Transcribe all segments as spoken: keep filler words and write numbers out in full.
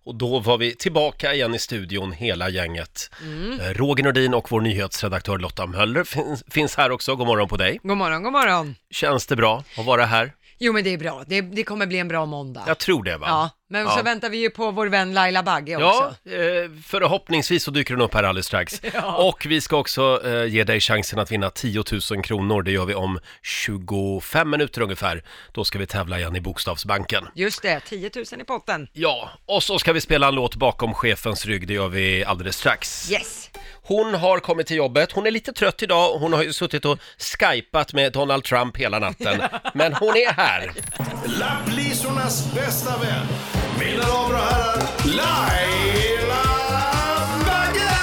Och då var vi tillbaka igen i studion, hela gänget. Mm. Roger Nordin och vår nyhetsredaktör Lotta Möller finns, finns här också. God morgon på dig. God morgon, god morgon. Känns det bra att vara här? Jo, men det är bra. Det, det kommer bli en bra måndag. Jag tror det, va? Ja, men ja. så väntar vi ju på vår vän Laila Bagge också. Ja, eh, förhoppningsvis så dyker den upp här alldeles strax. Ja. Och vi ska också eh, ge dig chansen att vinna tio tusen kronor. Det gör vi om tjugofem minuter ungefär. Då ska vi tävla igen i Bokstavsbanken. Just det, tio tusen i potten. Ja, och så ska vi spela en låt bakom chefens rygg. Det gör vi alldeles strax. Yes. Hon har kommit till jobbet. Hon är lite trött idag. Hon har ju suttit och skypat med Donald Trump hela natten. Men hon är här. Lapplisornas bästa vän. Mina damer och herrar, Laila Bagge!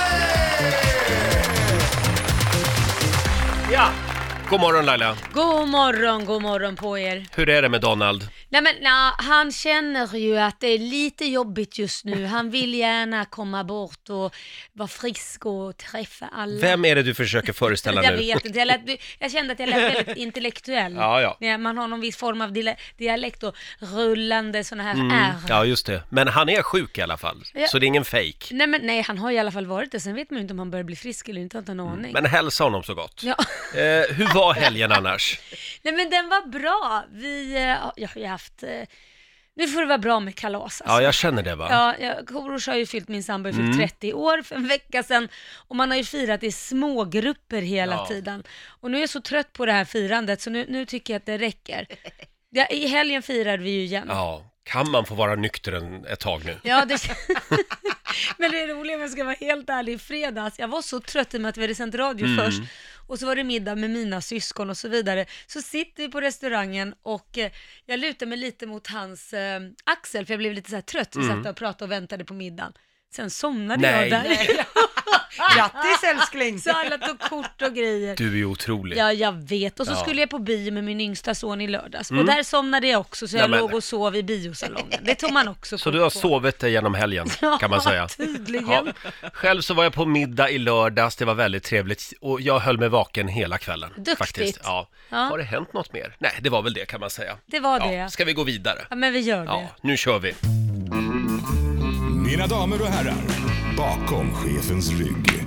Ja, god morgon Laila. God morgon, god morgon på er. Hur är det med Donald? Nej men na, han känner ju att det är lite jobbigt just nu. Han vill gärna komma bort och vara frisk och träffa alla. Vem är det du försöker föreställa jag nu? vet inte, jag, lät, jag kände att jag lät väldigt intellektuell. Ja, ja. När man har någon viss form av dia- dialekt och rullande sådana här Mm, R. ja, just det. Men han är sjuk i alla fall, Ja. så det är ingen fake. Nej men nej, han har i alla fall varit det. Sen vet man ju inte om han börjar bli frisk eller inte, har inte en aning. Men hälsa honom så gott. Ja. Eh, hur var helgen annars? Nej men den var bra. Vi, eh, jag har ju haft... Eh, nu får det vara bra med kalas alltså. Ja, jag känner det, va? Ja, jag, Korosh har ju fyllt, min sambo har fyllt Mm. trettio år för en vecka sedan. Och man har ju firat i smågrupper hela Ja. tiden. Och nu är jag så trött på det här firandet så nu, nu tycker jag att det räcker. Ja, i helgen firade vi ju igen. Ja, kan man få vara nykter en, ett tag nu? Ja, det... Men det är roligt om jag ska vara helt ärlig, i fredags, jag var så trött i och med att vi hade sänt radio Mm. först och så var det middag med mina syskon och så vidare. Så sitter vi på restaurangen och eh, jag lutar mig lite mot hans eh, axel för jag blev lite så här trött. Vi Mm. satt och pratade och väntade på middagen. Sen somnade Nej. jag där. Grattis älskling! Så alla tog kort och grejer. Du är ju otrolig. Ja, jag vet. Och så Ja. skulle jag på bio med min yngsta son i lördags. Mm. Och där somnade jag också, så jag Nej, men- låg och sov i biosalongen. Det tog man också Så kort du har på. sovit dig genom helgen, kan man säga. Ja, tydligen. Ja. Själv så var jag på middag i lördags, det var väldigt trevligt och jag höll mig vaken hela kvällen. Duktigt. Faktiskt. Ja. Ja. Har det hänt något mer? Nej, det var väl det kan man säga. Det var det. Ja. Ska vi gå vidare? Ja, men vi gör det. Ja, nu kör vi. Mina damer och herrar, bakom chefens rygg.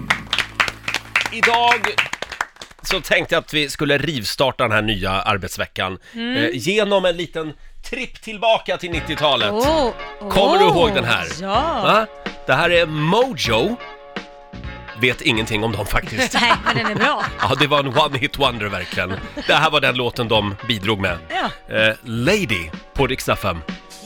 Idag så tänkte jag att vi skulle rivstarta den här nya arbetsveckan eh, genom en liten tripp tillbaka till nittiotalet. Åh, Kommer du åh, ihåg den här? Ja. Va? Det här är Mojo. Vet ingenting om dem faktiskt. Nej, men den är bra. Ja, det var en one-hit wonder verkligen. Det här var den låten de bidrog med. Ja. Eh, Lady på Rix F M.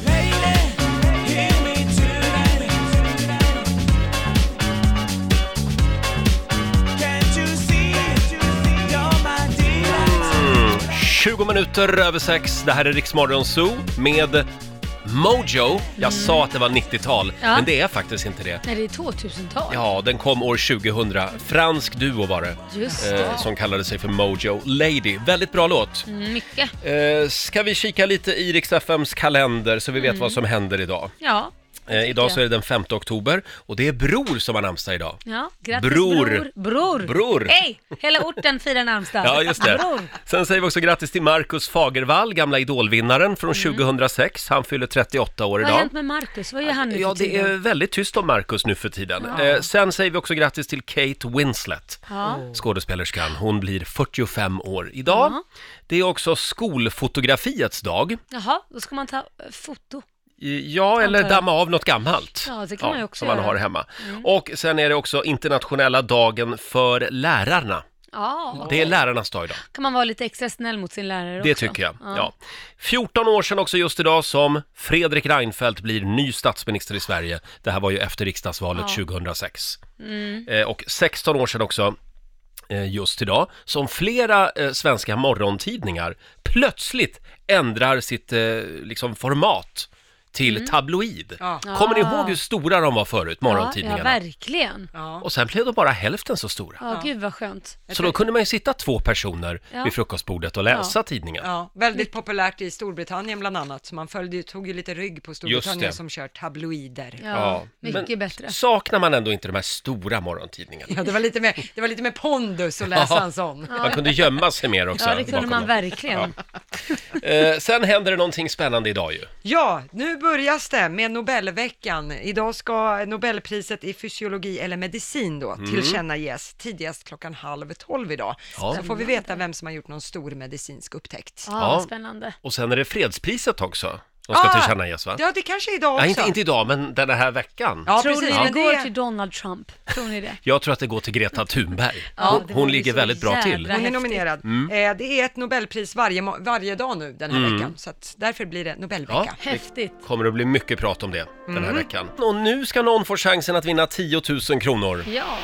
tjugo minuter över sex, det här är Rix Morgon Zoo med Mojo. Jag sa att det var nittiotal, Ja. men det är faktiskt inte det. Nej, det är tvåtusental. Ja, den kom år tjugohundra. Fransk duo var det. Just det. Eh, som kallade sig för Mojo. Lady, väldigt bra låt. Mm, mycket. Eh, ska vi kika lite i Rix F M:s kalender så vi vet Mm. vad som händer idag. Ja. Eh, idag så är det den femte oktober och det är Bror som har namnsdag idag. Ja, grattis Bror. bror. Bror. Bror. Hej, hela orten firar namnsdag. Ja, just det. Bror. Sen säger vi också grattis till Marcus Fagervall, gamla idolvinnaren från Mm. tjugohundrasex. Han fyller trettioåtta år Vad har idag. hänt med Marcus? Vad gör han nu Ja, för det tiden? är väldigt tyst om Marcus nu för tiden. Ja. Eh, sen säger vi också grattis till Kate Winslet, Ja. skådespelerskan. Hon blir fyrtiofem år idag. Ja. Det är också skolfotografiets dag. Jaha, då ska man ta eh, foto. Ja, eller Antar jag. damma av något gammalt. Ja, det kan man ju också som man göra. har hemma. Mm. Och sen är det också internationella dagen för lärarna. Ja, Det är lärarnas dag idag. kan man vara lite extra snäll mot sin lärare Det också. tycker jag, ja. fjorton år sedan också just idag som Fredrik Reinfeldt blir ny statsminister i Sverige. Det här var ju efter riksdagsvalet Ja. tjugohundrasex. Mm. Eh, och sexton år sedan också eh, just idag som flera eh, svenska morgontidningar plötsligt ändrar sitt eh, liksom format till tabloid. Ja. Kommer ni Ah. ihåg hur stora de var förut, Ja, ja, morgontidningarna? verkligen. Ja. Och sen blev de bara hälften så stora. Ja, gud vad skönt. Så då kunde man ju sitta två personer Ja. vid frukostbordet och läsa Ja. tidningen. Ja, väldigt populärt i Storbritannien bland annat. Så man följde, tog ju lite rygg på Just Storbritannien det. som kör tabloider. Ja, Ja, mycket men bättre. saknar man ändå inte de här stora morgontidningarna? Ja, det var lite mer, det var lite mer pondus att läsa Ja. en sån. Man kunde gömma sig mer också. Ja, det kunde bakom man dem. verkligen. Eh, sen händer det någonting spännande idag ju. Ja, nu börjas det med Nobelveckan. Idag ska Nobelpriset i fysiologi eller medicin då Mm. tillkännages tidigast klockan halv tolv idag. Ja. Sen får vi veta vem som har gjort någon stor medicinsk upptäckt. Ja, Ja. vad spännande. Och sen är det fredspriset också. De ska Ah, tillkännages, va? Ja, det kanske är idag också. Nej, inte, inte idag, men den här veckan. Ja, Tror precis. ni det Men går det- till Donald Trump? Tror ni det? Jag tror att det går till Greta Thunberg. Ja, hon det hon vore ligger så väldigt bra till. jädra Hon är häftigt. nominerad. Mm. Eh, det är ett Nobelpris varje, mo- varje dag nu den här veckan, så att därför blir det Nobelvecka. Ja. Häftigt. Kommer att bli mycket prat om det den här Mm. veckan. Och nu ska någon få chansen att vinna tio tusen kronor. Ja.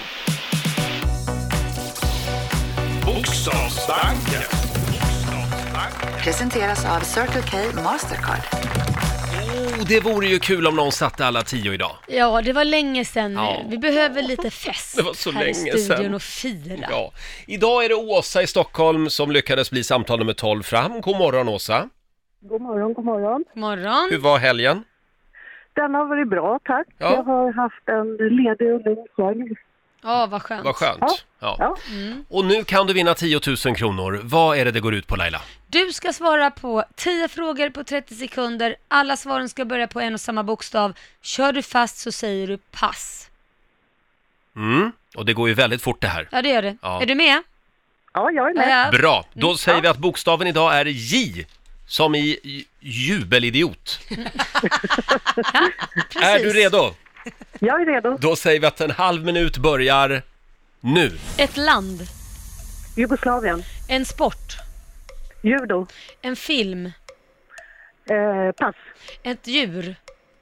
Bokstavsbanken. Presenteras av Circle K Mastercard. Oh, det vore ju kul om någon satte alla tio idag. Ja, det var länge sedan Ja. nu. Vi behöver lite fest Det var så här i länge studion sedan. och fira. Ja. Idag är det Åsa i Stockholm som lyckades bli samtal nummer tolv fram. God morgon, Åsa. God morgon, god morgon. God morgon. Hur var helgen? Den har varit bra, tack. Ja. Jag har haft en ledig och lugn själv. Ja, vad skönt. Vad skönt. Ja. Ja. Ja. Och nu kan du vinna tio tusen kronor. Vad är det det går ut på, Laila? Du ska svara på tio frågor på trettio sekunder. Alla svaren ska börja på en och samma bokstav. Kör du fast så säger du pass. Mm. Och det går ju väldigt fort det här. Ja, det gör det. Ja. Är du med? Ja, jag är med. Ja, ja. Bra, då säger vi att bokstaven idag är J, som i j- jubelidiot. Precis. Är du redo? Jag är redo. Då säger vi att en halv minut börjar nu. Ett land. Jugoslavien. En sport. Judo. En film. Eh, pass. Ett djur.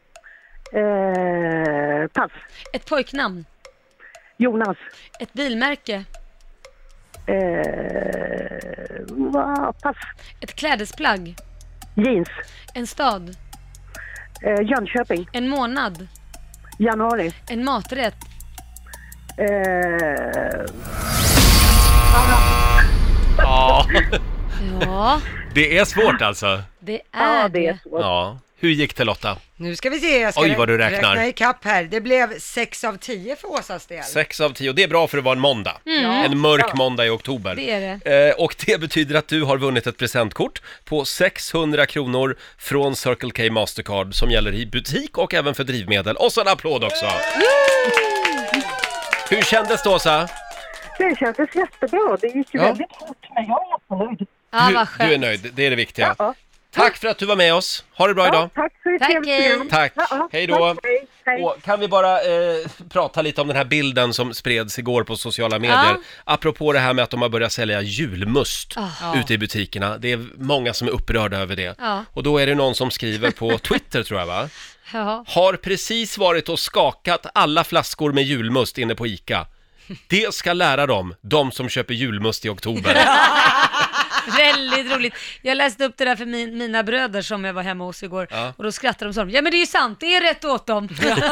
Eh, pass. Ett pojknamn. Jonas. Ett bilmärke. Eh, va, pass. Ett klädesplagg. Jeans. En stad. Eh, Jönköping. En månad. Januari. En maträtt. Eh, Ja, Ja, det är svårt alltså. det är ja, det är det. svårt. Ja. Hur gick det, Lotta? Nu ska vi se, jag ska Oj, vad du räknar. räkna i kapp här. Det blev sex av tio för Åsas del. Sex av tio, det är bra för att vara en måndag. En mörk måndag i oktober. Det är det. Eh, och det betyder att du har vunnit ett presentkort på sexhundra kronor från Circle K Mastercard som gäller i butik och även för drivmedel. Och så en applåd också! Hur kändes det, Åsa? Det kändes jättebra. Det gick ju Ja. väldigt fort, men jag är jättenöjd. Ja, du, vad du är skönt. nöjd, det är det viktiga. Ja. Tack för att du var med oss. Ha det bra Ja, idag. tack för ett Tack, trevligt hej. program. Tack. Ja, ja, Hej då. tack, hej, hej. Och kan vi bara eh, prata lite om den här bilden som spreds igår på sociala medier? Ja. Apropå det här med att de har börjat sälja julmust Ah. ute i butikerna. Det är många som är upprörda över det. Ja. Och då är det någon som skriver på Twitter, tror jag, va? Ja. Har precis varit och skakat alla flaskor med julmust inne på ICA. Det ska lära dem, de som köper julmust i oktober. Väldigt roligt. Jag läste upp det där för min, mina bröder som jag var hemma hos igår. Ja. Och då skrattade de så. Ja, men det är ju sant, det är rätt åt dem.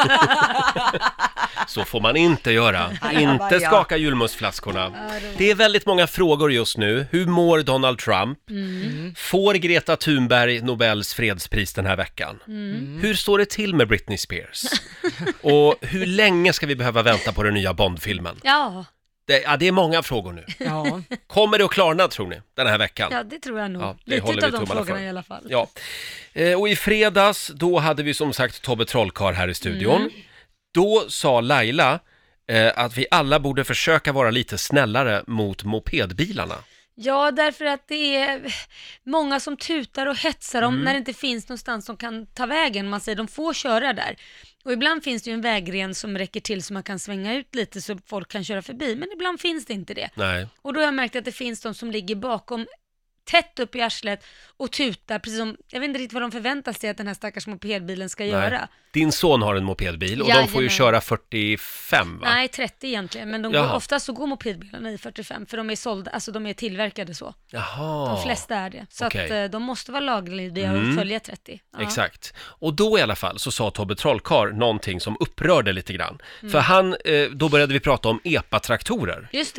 Så får man inte göra. Inte ja. skaka julmustflaskorna. Det är väldigt många frågor just nu. Hur mår Donald Trump? Får Greta Thunberg Nobels fredspris den här veckan? Hur står det till med Britney Spears? Och hur länge ska vi behöva vänta på den nya Bond-filmen? Ja, Det, ja, det är många frågor nu. Ja. Kommer det att klarna, tror ni, den här veckan? ja, det tror jag nog. Ja, det Lite håller av vi de tummarna frågorna för. i alla fall. Ja. Eh, och i fredags, då hade vi som sagt Tobbe Trollkarl här i studion. Mm. Då sa Laila eh, att vi alla borde försöka vara lite snällare mot mopedbilarna. Ja, därför att det är många som tutar och hetsar Mm. dem när det inte finns någonstans som kan ta vägen. Man säger de får köra där. Och ibland finns det ju en vägren som räcker till så man kan svänga ut lite så folk kan köra förbi. Men ibland finns det inte det. Nej. Och då har jag märkt att det finns de som ligger bakom tätt upp i arslet och tutar, precis som, jag vet inte riktigt vad de förväntar sig att den här stackars mopedbilen ska Nej. göra. Din son har en mopedbil och de får ju Jajamän. köra fyrtiofem, va? Nej, trettio egentligen, men de går, Jaha. oftast så går mopedbilarna i fyrtiofem för de är sålda, alltså de är tillverkade så. Jaha. De flesta är det. Så Okej. att eh, de måste vara laglydiga och Mm. följa trettio. Ja. Exakt. Och då i alla fall så sa Tobbe Trollkarl någonting som upprörde lite grann. Mm. För han, eh, då började vi prata om epatraktorer. Just det.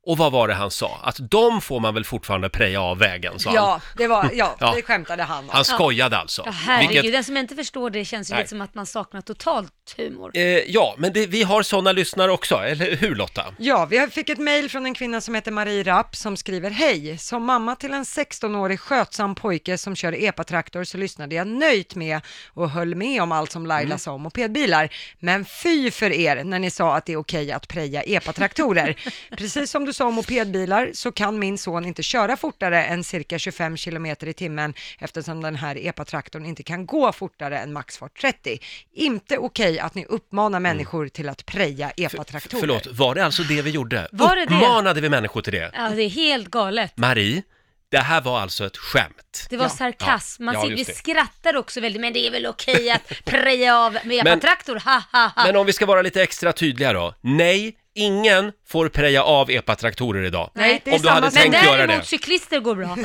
Och vad var det han sa? Att de får man väl fortfarande preja av vägen, sa han. Ja, det var, ja, Ja. det skämtade han om. Han skojade alltså. Ja, herregud, Vilket- den som inte förstår det känns ju Nej. lite som att man saknar totalt humor. Eh, ja, men det, vi har sådana lyssnare också, eller hur Lotta? Ja, vi fick ett mejl från en kvinna som heter Marie Rapp som skriver: Hej, som mamma till en sexton-årig skötsam pojke som kör epatraktor så lyssnade jag nöjt med och höll med om allt som Laila sa om mopedbilar. Men fy för er när ni sa att det är okej att preja epatraktorer. Precis som du sa om mopedbilar så kan min son inte köra fortare än cirka tjugofem kilometer i timmen eftersom den här epatraktorn inte kan gå fortare än maxfart trettio. Inte okej att ni uppmanar människor till att preja epatraktorer. Förlåt, var det alltså det vi gjorde? Var det det? Uppmanade vi människor till det? Ja, det är helt galet. Marie, det här var alltså ett skämt. Det var Ja. sarkasm. Man Ja, ser, just vi det. skrattar också väldigt, men det är väl okej att preja av med Men- epatraktor, ha ha ha. Men om vi ska vara lite extra tydliga då. Nej, ingen får preja av epatraktorer idag. Nej, det är Om du samma hade sak. tänkt Men göra däremot det. cyklister går bra.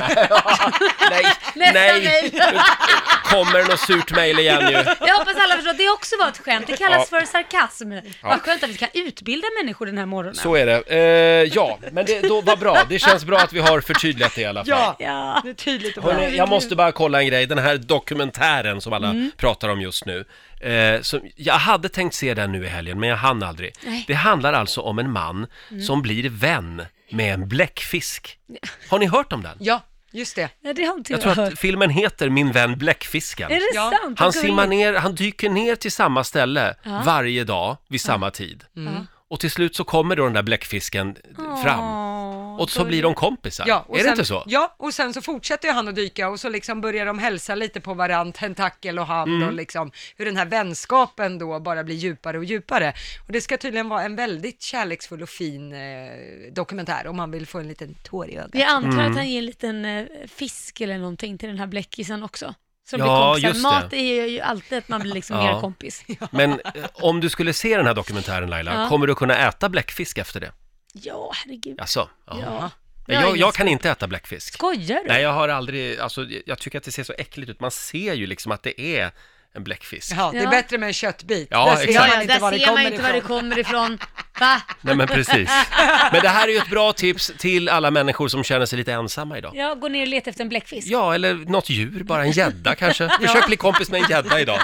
Nej, Nästa nej. mejl. Nu kommer något surt mejl igen ju. Jag hoppas alla förstår att det också var ett skämt. Det kallas Ja. för sarkasm. Vad skönt att vi kan utbilda människor den här morgonen. Så är det. Eh, ja, men det då var bra. Det känns bra att vi har förtydligat det i alla fall. Ja, Ja. det är tydligt och bra. Hörrni, jag måste bara kolla en grej. Den här dokumentären som alla Mm. pratar om just nu. Eh, så jag hade tänkt se den nu i helgen, men jag hann aldrig. Nej. Det handlar alltså om en man som blir vän med en bläckfisk. Har ni hört om den? Ja, just det. Ja, det har inte Jag jag, tror hört. att filmen heter Min vän Bläckfisken. Är det Ja. sant? Han Vad simmar gulligt. ner, han dyker ner till samma ställe Ja. varje dag vid samma tid. Ja. Och till slut så kommer då den där bläckfisken fram. Åh, Och så blir de kompisar. Ja, och är det sen, inte så? Ja, och sen så fortsätter ju han att dyka och så liksom börjar de hälsa lite på varann, tentakel och hand Mm. och liksom hur den här vänskapen då bara blir djupare och djupare. Och det ska tydligen vara en väldigt kärleksfull och fin eh, dokumentär om man vill få en liten tår i ögat. Jag antar Mm. att han ger en liten eh, fisk eller någonting till den här bläckisen också. Så de Ja, blir kompisar. just det. Mat är ju alltid att man blir liksom Ja. mer kompis. Men eh, om du skulle se den här dokumentären Laila, Ja. kommer du kunna äta bläckfisk efter det? Ja, herregud. Alltså, ja. Ja. Men Jag har jag, ingen jag kan inte äta bläckfisk. Skojar du? Nej, jag har aldrig, alltså jag tycker att det ser så äckligt ut. Man ser ju liksom att det är en bläckfisk. Ja, det är Ja. bättre med en köttbit. Ja, där ser exakt. man Ja, inte där var det ser man kommer inte var det ifrån. kommer ifrån. Va? Nej men precis. Men det här är ju ett bra tips till alla människor som känner sig lite ensamma idag. Ja, gå ner och leta efter en bläckfisk. Ja, eller något djur, bara en gädda kanske. Försök bli kompis med en gädda idag.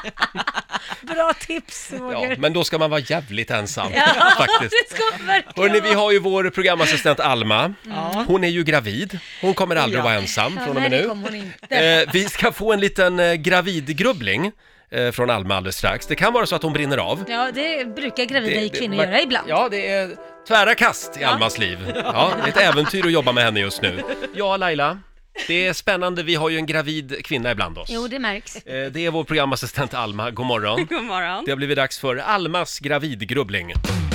Bra tips, Ja, Roger. men då ska man vara jävligt ensam, Ja, faktiskt. det ska man verkligen Hörrni, vi har ju vår programassistent Alma. Hon är ju gravid. Hon kommer aldrig Ja. att vara ensam Ja, från och nej, med det nu. kommer hon inte. Eh, vi ska få en liten eh, gravidgrubbling eh, från Alma alldeles strax. Det kan vara så att hon brinner av. Ja, det brukar gravida Det- det- kvinnor man- göra ibland. Ja, det är tvära kast i Almas liv. Ja, det är ett äventyr att jobba med henne just nu. Ja, Laila, det är spännande. Vi har ju en gravid kvinna ibland oss. Jo, det märks. Eh, det är vår programassistent Alma. God morgon. God morgon. Det har blivit dags för Almas gravidgrubbling.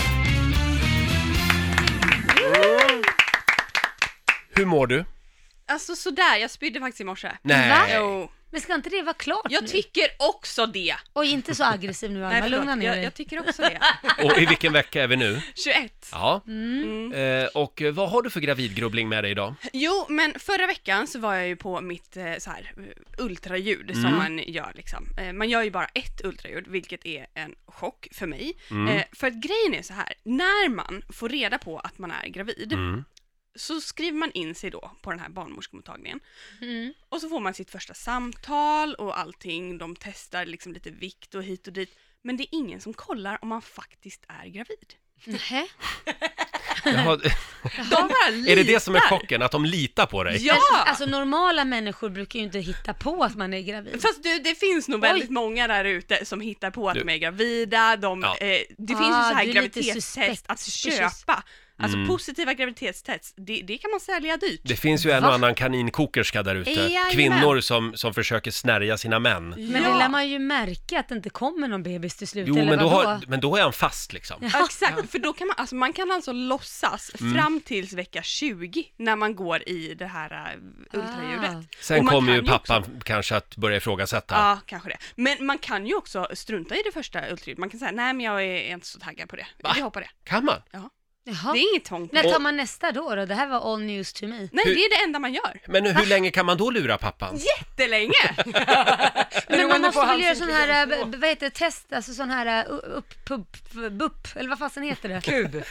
Hur mår du? Alltså sådär, jag spydde faktiskt i morse. Nej. Va? Jo, Men ska inte det vara klart jag nu? tycker också det. Oj, inte så aggressiv nu, Alma. Nej, Lugna förlåt, ner jag, dig. jag tycker också det. Och i vilken vecka är vi nu? tjugoett. Ja. Mm. Eh, och eh, vad har du för gravidgrubbling med dig idag? Jo, men förra veckan så var jag ju på mitt eh, så här, eh, ultraljud Mm. som man gör liksom. Eh, man gör ju bara ett ultraljud, vilket är en chock för mig. Mm. Eh, för att grejen är så här, när man får reda på att man är gravid Mm. så skriver man in sig då på den här barnmorskemottagningen. Mm. Och så får man sitt första samtal och allting. De testar liksom lite vikt och hit och dit. Men det är ingen som kollar om man faktiskt är gravid. Nähä. Jaha, De bara litar. är det det som är chocken? Att de litar på dig? Ja! Men, alltså normala människor brukar ju inte hitta på att man är gravid. Fast du, det finns nog Oj. väldigt många där ute som hittar på att Du- de är gravida. De, Ja. eh, det Ah, finns ju så här du är lite graviditetstest suspect, att suspicious. köpa. Alltså Mm. positiva graviditetstest, det, det kan man sälja dyrt. Det finns ju en Va? och annan kaninkokerska där ute. Jajamän. Kvinnor som, som försöker snärja sina män. Men det lär man ju märka att det inte kommer någon bebis till slut, Jo, eller men då, vadå? har, men då är han fast liksom. Ja. Exakt, för då kan man, alltså man kan alltså låtsas Mm. fram tills vecka tjugo när man går i det här uh, ultraljudet. Ah. Sen Och man kommer ju kan ju pappan också- kanske att börja ifrågasätta. Ja, kanske det. Men man kan ju också strunta i det första ultraljudet. Man kan säga, nej men jag är inte så taggad på det. Va? Vi hoppar det. Kan man? Jaha. Det är inget tvång på När det. tar man nästa då, då? Det här var all news to me. Nej, Hur- det är det enda man gör. Men hur länge kan man då lura pappan? Jättelänge! Men Beroende man måste på väl hans göra sån här, intelligensnivå. äh, vad heter det, test, alltså sån här uh, upp, pup, bupp, eller vad fasen heter det? Kub.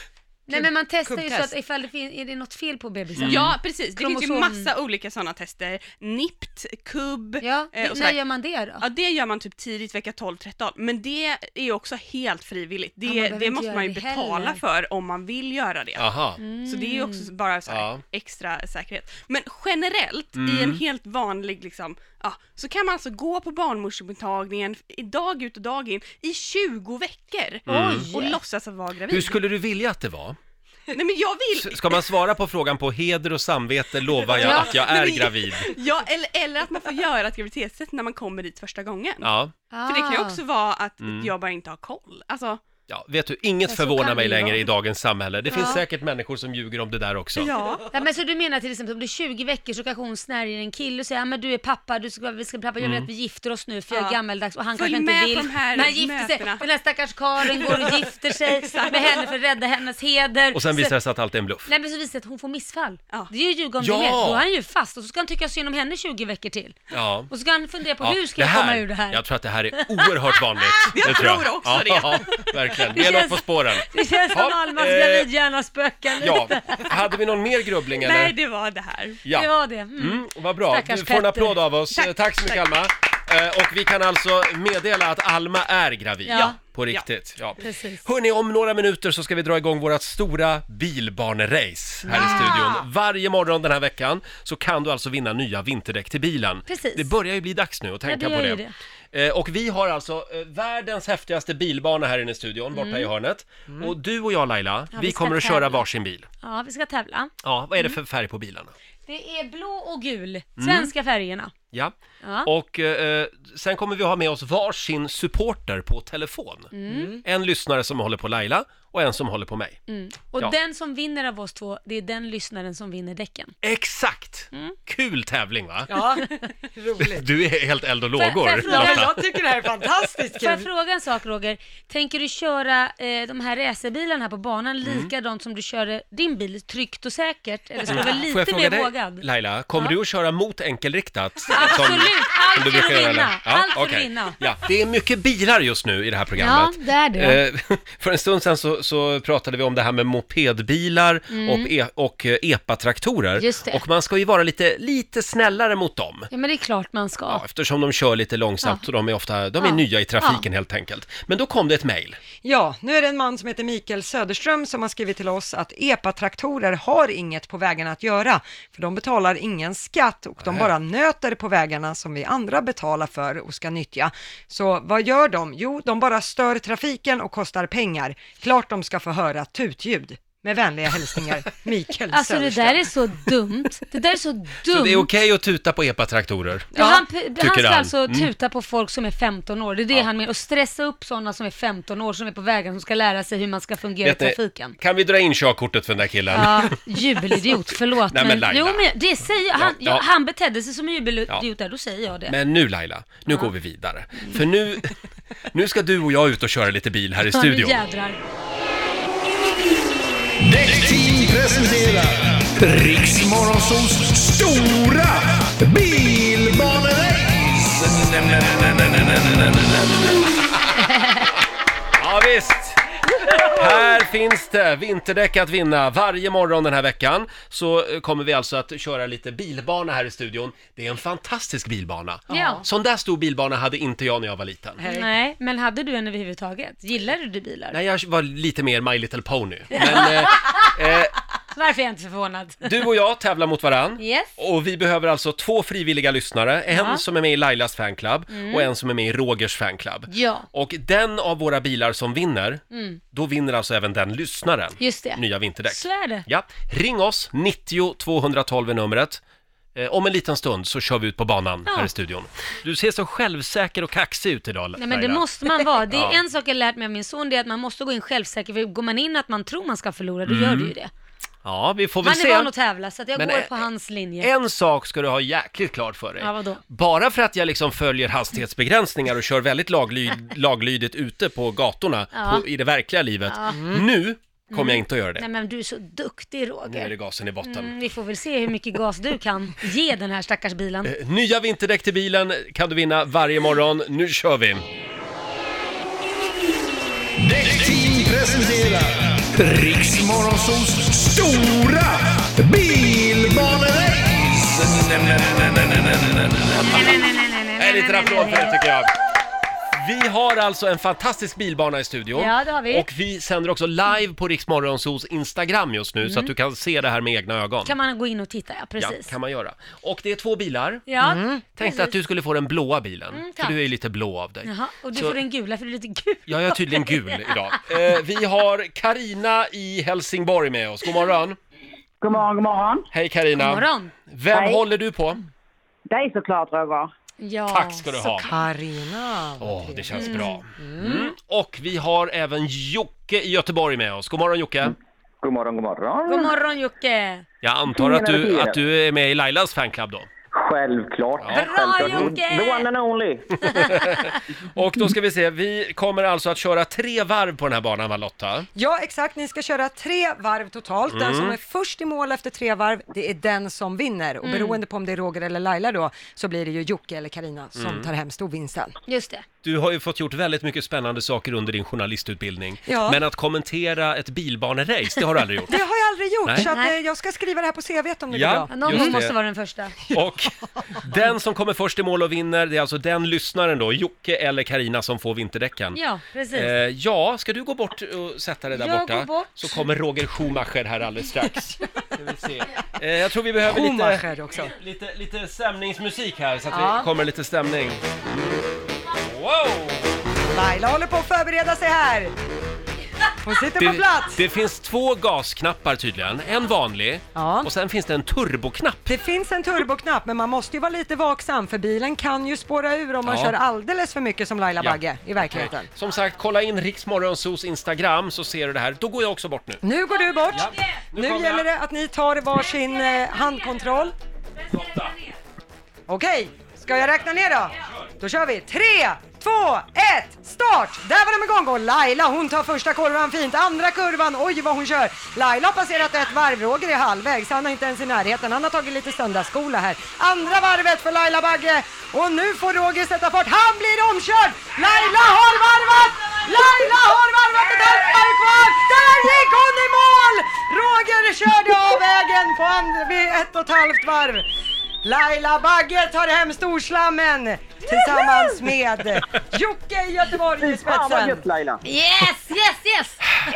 Nej, men man testar ju så kubbtest. att ifall det finns, är det något fel på bebisen? Ja, precis. Det finns ju Kromosom- massa olika sådana tester. N I P T, kubb Ja, eh, det, och när sådär. gör man det då? Ja, det gör man typ tidigt vecka tolv tretton, men det är ju också helt frivilligt. Ja, man Det, behöver det inte måste göra man ju det betala heller. för om man vill göra det. Aha. Så det är ju också bara så här Ja. extra säkerhet. Men generellt, Mm. i en helt vanlig liksom, ja, så kan man alltså gå på barnmorskemottagningen i dag ut och dag in i tjugo veckor Mm. och låtsas att vara gravid. Hur skulle du vilja att det var? Nej men jag vill... S- Ska man svara på frågan på heder och samvete lovar jag Ja. att jag är Nej, men- gravid? Ja, eller, eller att man får göra ett graviditetstest när man kommer dit första gången. Ja. För det kan ju Ah. också vara att Mm. jag bara inte har koll. Alltså, Ja, vet du, inget Ja, så förvånar kan mig det ju längre vara. i dagens samhälle. Det finns Ja. säkert människor som ljuger om det där också. ja. Ja, men så du menar till exempel om det är tjugo veckor så kanske hon snärjer en kille och säger ja, men du är pappa, du ska, vi ska pappa, jag vill att vi gifter oss nu för jag är Ja. gammeldags och han Följ kanske inte med vill. på de här Men han gifter sig, mötena. den här stackars Karin går och gifter sig med henne för att rädda hennes heder. Och sen visar Så- det sig att allt är en bluff. Nej men så visar det att hon får missfall. Ja. Det är ju ljuga om Ja. det med. Då är han ju fast och så ska han tycka synd om henne tjugo veckor till. Ja. Och så ska han fundera på Ja, hur ska jag komma ur det här. Jag tror att det här är oerhört vanligt. Jag det tror också det. Ja, verkligen. Vi är Det något på känns- spåren. Det känns som Ja, Almas eh, gravidhjärna spökar lite. Ja, hade vi någon mer grubbling eller? Nej, det var det här. Ja. Det var det. Mm. Mm, vad bra, Stackars du får en Petter. applåd av oss. Tack, Tack så mycket Alma. Eh, och vi kan alltså meddela att Alma är gravid. Ja. På riktigt. Ja. Precis. Hörrni, om några minuter så ska vi dra igång vårt stora bilbanerace här i studion. Varje morgon den här veckan så kan du alltså vinna nya vinterdäck till bilen. Precis. Det börjar ju bli dags nu att tänka Ja, det på gör det. ju Eh, och vi har alltså eh, världens häftigaste bilbana här inne i studion, borta i hörnet. Och du och jag Laila, Mm. Ja, vi vi ska kommer att köra tävla. varsin bil. Ja, vi ska tävla. Ja, vad är det för färg på bilarna? Det är blå och gul, Mm. svenska färgerna. Ja, Ja. och eh, sen kommer vi att ha med oss varsin supporter på telefon. En lyssnare som håller på Laila och en som håller på mig. Mm. Och Ja. den som vinner av oss två, det är den lyssnaren som vinner däcken. Exakt! Mm. Kul tävling va? Ja, roligt. Du är helt eld och Får jag- får lågor, jag fråga- Ja, Lotta. jag tycker det här är fantastiskt Får jag kul. fråga en sak Roger? Tänker du köra eh, de här racerbilarna här på banan Mm. likadant som du körde din bil, tryggt och säkert? Eller ska du vara Får jag lite fråga mer dig, vågad? Laila, kommer Ja. du att köra mot enkelriktat? Absolut, allt du för brukar att göra, vinna. eller? Ja, Allt för att okej. vinna. Ja, det är mycket bilar just nu i det här programmet. Ja, det är det. Eh, för en stund sedan så, så pratade vi om det här med mopedbilar och, e- och eh, epatraktorer. Mm. Just det. Och man ska ju vara lite, lite snällare mot dem. Ja, men det är klart man ska. Ja, eftersom de kör lite långsamt Ja. och de är ofta, de är Ja. nya i trafiken helt enkelt. Men då kom det ett mejl. Ja, nu är det en man som heter Mikael Söderström som har skrivit till oss att epatraktorer har inget på vägarna att göra, för de betalar ingen skatt och de Nej. bara nöter på vägarna som vi andra betalar för och ska nyttja. Så vad gör de? Jo, de bara stör trafiken och kostar pengar. Klart de ska få höra tutljud. Med vänliga hälsningar, Mikael Alltså det Söderström. där är så dumt. Det där är så dumt. Så det är okej att tuta på epatraktorer? Ja, han, tycker han ska han. alltså Mm. tuta på folk som är femton år. Det är det han menar. Och stressa upp sådana som är femton år som är på vägen som ska lära sig hur man ska fungera Vet i ni, trafiken. kan vi dra in körkortet för den där killen? Ja, jubelidiot, förlåt. Nej, men Laila. jo, men det säger han, Ja, ja, ja. han betedde sig som en jubelidiot Ja. där, då säger jag det. Men nu Laila, nu går vi vidare. För nu, nu ska du och jag ut och köra lite bil här i Ja, nu studion. jädrar. Däckteam presenterar Riksmorgonsols stora bilbanerace. Ja visst! Här finns det vinterdäck att vinna varje morgon den här veckan. Så eh, kommer vi alltså att köra lite bilbana här i studion. Det är en fantastisk bilbana. Ja. Sån där stor bilbana hade inte jag när jag var liten. Hej. Nej, men hade du en överhuvudtaget? Gillade du bilar? Nej, jag var lite mer My Little Pony. Men eh, eh, Varför är jag inte förvånad? du och jag tävlar mot varann. Yes. Och vi behöver alltså två frivilliga lyssnare. En Ja. som är med i Lailas fanclub och en som är med i Rogers fanclub. Ja, Och den av våra bilar som vinner, då vinner alltså även den lyssnaren just det. nya vinterdäck. Så är det. Ja, ring oss, nittio tvåhundratolv är numret. Eh, om en liten stund så kör vi ut på banan Ja. här i studion. Du ser så självsäker och kaxig ut idag, Nej men det Laila. måste man vara. Det är Ja. en sak jag lärt mig av min son, det är att man måste gå in självsäker. För går man in att man tror man ska förlora, då gör du ju det. Ja, vi får väl Han är se. van att tävla, så att jag Men, går eh, på hans linje. En sak ska du ha jäkligt klart för dig. Ja, vadå? Bara för att jag liksom följer hastighetsbegränsningar och kör väldigt laglyd, laglydigt ute på gatorna Ja. på, i det verkliga livet. Ja. Nu kommer jag inte att göra det. Nej men du är så duktig Nu är det Roger. gasen i botten. Mm, vi får väl se hur mycket gas du kan ge den här stackars bilen. Eh, Nya vinterdäck till bilen kan du vinna varje morgon. Nu kör vi! Däckteam presenterar Riks Morgonzoos stora bilbanerace. En liten applåd för det tycker jag. Vi har alltså en fantastisk bilbana i studion. Ja, det har vi. Och vi sänder också live på Riks Morgonzoos Instagram just nu, mm. så att du kan se det här med egna ögon. Kan man gå in och titta, ja, precis. Ja, kan man göra. Och det är två bilar. Ja, mm. Tänkte att du skulle få den blåa bilen, mm, för du är ju lite blå av dig. Jaha, och du så... får den gula för du är lite gul. Ja, jag är tydligen gul idag. Eh, vi har Karina i Helsingborg med oss. God morgon. God morgon, god morgon. Hej Karina. God morgon. Vem Hej. håller du på? Det är såklart, Roger. Ja, Tack ska du ha. Carina. Åh, oh, det känns Mm. bra. Mm. Och vi har även Jocke i Göteborg med oss. God morgon Jocke. God morgon, god morgon. God morgon Jocke. Jag antar att du, att du är med i Lailas fanclub då? Självklart. Ja. Bra Självklart. Jocke! The one and only. Och då ska vi se, vi kommer alltså att köra tre varv på den här banan, va Lotta? Ja, exakt. Ni ska köra tre varv totalt. Den Mm. som är först i mål efter tre varv, det är den som vinner. Och beroende på om det är Roger eller Laila då, så blir det ju Jocke eller Carina som Mm. tar hem storvinsten. Just det. Du har ju fått gjort väldigt mycket spännande saker under din journalistutbildning. Ja. Men att kommentera ett bilbanerace, det har du aldrig gjort. Det har jag aldrig gjort, Nej. så att, eh, Nej. jag ska skriva det här på C V:t om det Ja. går bra. Ja, någon Just det. måste vara den första. Och den som kommer först i mål och vinner, det är alltså den lyssnaren då, Jocke eller Carina, som får vinterdäcken. Ja, precis. Eh, ja, ska du gå bort och sätta dig där Jag borta? går bort. Så kommer Roger Schumacher här alldeles strax. Ska vi se. Eh, jag tror vi behöver lite, Schumacher också. lite, lite stämningsmusik här, så att Ja. det kommer lite stämning. Wow! Laila håller på att förbereda sig här. Hon sitter på Det, plats. det finns två gasknappar tydligen, en vanlig Ja. och sen finns det en turboknapp. Det finns en turboknapp, men man måste ju vara lite vaksam, för bilen kan ju spåra ur om man Ja. kör alldeles för mycket som Laila Ja. Bagge i verkligheten. Okej. Som sagt, kolla in Riks Morgonzoos Instagram så ser du det här. Då går jag också bort nu. Nu går du bort. Ja. Nu Nu kommer gäller jag. det att ni tar varsin eh, handkontroll. Okej, ska jag räkna ner då? Då kör vi. Tre, två, ett, start! Där var de igång och Laila, hon tar första kurvan fint. Andra kurvan, oj vad hon kör. Laila har passerat ett varv, Roger är halvvägs. Han är inte ens i närheten, han har tagit lite söndagsskola här. Andra varvet för Laila Bagge. Och nu får Roger sätta fart. Han blir omkörd! Laila har varvat! Laila har varvat ett halvt varv kvar! Där gick hon i mål! Roger körde av vägen på andra, vid ett och ett halvt varv. Laila Bagge tar hem storslammen tillsammans med Jocke i Göteborg i Fan vad spetsen. gött, Laila. Yes, yes, yes!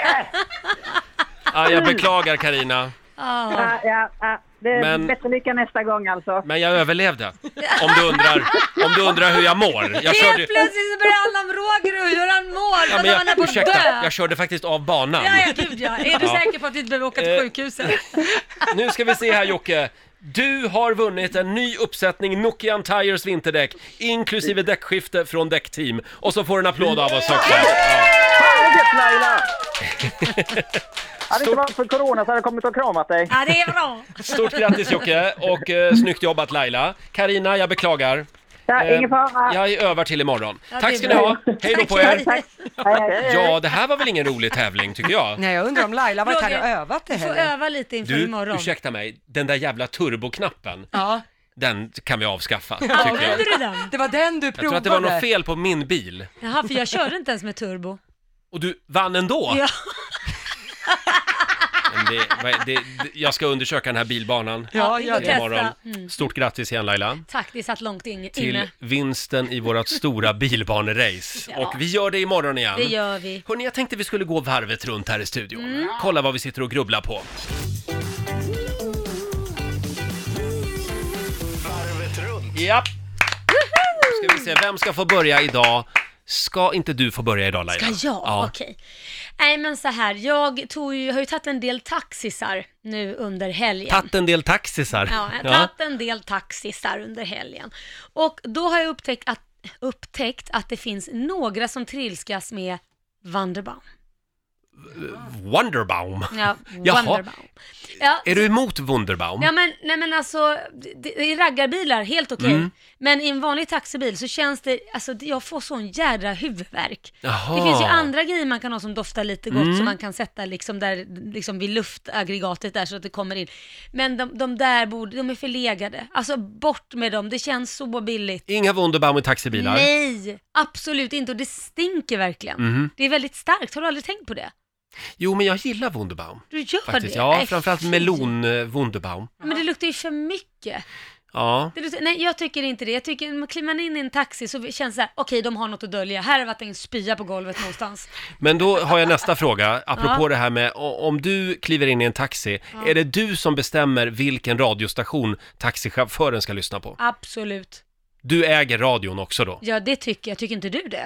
Ah, jag beklagar Carina, Ja. Ja, ja, ja. Det är Men- bättre lycka nästa gång alltså. men jag överlevde. Om du undrar, om du undrar hur jag mår. Jag Helt körde, plötsligt så börjar det handla om Roger och hur han mår. ja, Ja, men han är jag, på ursäkta, dö. jag körde faktiskt av banan. Ja, ja, gud ja. Är du Ja. säker på att vi inte behöver åka till Eh. sjukhuset? Nu ska vi se här Jocke. Du har vunnit en ny uppsättning Nokian Tires vinterdäck, inklusive däckskifte från Däckteam. Och så får du en applåd av oss också. Ja. Fan vad gött, Laila. Hade det inte varit för corona så hade jag kommit och kramat dig. Ja, det är bra. Stort grattis Jocke och eh, snyggt jobbat Laila. Carina, jag beklagar. Ja, Eh, ingen fara. Jag är över till imorgon. Ja, Tack det är ska ni bra. ha. Hej då på Tack, er. tack. Hej, hej. Ja, det här var väl ingen rolig tävling tycker jag. Nej, jag undrar om Laila varit här och Roger, övat det Du får heller. öva lite inför Du, imorgon. ursäkta mig, den där jävla turboknappen, Ja, den kan vi avskaffa, Ja, tycker använder jag. du den? det var den du Jag tror provade. att det var något fel på min bil. Jaha, för jag körde inte ens med turbo. Och du vann ändå? Ja. Men det, vad- det, det, jag ska undersöka den här bilbanan Ja, vi gör får det. testa. imorgon. Mm. Stort grattis igen Laila Tack, det satt långt in, till inne. vinsten i vårat stora bilbanerace. Ja. Och vi gör det imorgon igen. Det gör vi. Hörrni, jag tänkte vi skulle gå varvet runt här i studion. Kolla vad vi sitter och grubblar på. Varvet runt. Japp! Nu ska vi se, vem ska få börja idag? Ska inte du få börja idag Laila? Ska jag? Ja. Okej. Nej men så här, jag tog ju, har ju tagit en del taxisar nu under helgen. Tatt en del taxisar. Ja, jag har tagit en del taxisar under helgen. Och då har jag upptäckt att, upptäckt att det finns några som trilskas med Wunderbaum. Wunderbaum. Ja, Jaha. Wunderbaum. Ja, Är du emot Wunderbaum? Ja men, nej men alltså, det- i raggarbilar, helt okej. Mm. Men i en vanlig taxibil så känns det, alltså det- jag får sån jädra huvudvärk. Jaha. Det finns ju andra grejer man kan ha som doftar lite gott Mm. som man kan sätta liksom där, liksom vid luftaggregatet där så att det kommer in. Men de, de där borde, de är förlegade. Alltså bort med dem, det känns så billigt. Inga Wunderbaum i taxibilar? Nej, absolut inte och det stinker verkligen. Mhm. Det är väldigt starkt, har du aldrig tänkt på det? Jo, men jag gillar Wunderbaum. Du gör Faktiskt. det? Ja, Nej, framförallt fy. melon eh, Wunderbaum. Men det luktar ju för mycket. Ja. Det luktar, nej, jag tycker inte det. Jag tycker, man kliver man in i en taxi så känns det så här, okej, de har något att dölja. Här har varit en spya på golvet någonstans. Men då har jag nästa fråga, apropå Ja. det här med o- om du kliver in i en taxi, är det du som bestämmer vilken radiostation taxichauffören ska lyssna på? Absolut. Du äger radion också då? Ja, det tycker jag. Tycker inte du det?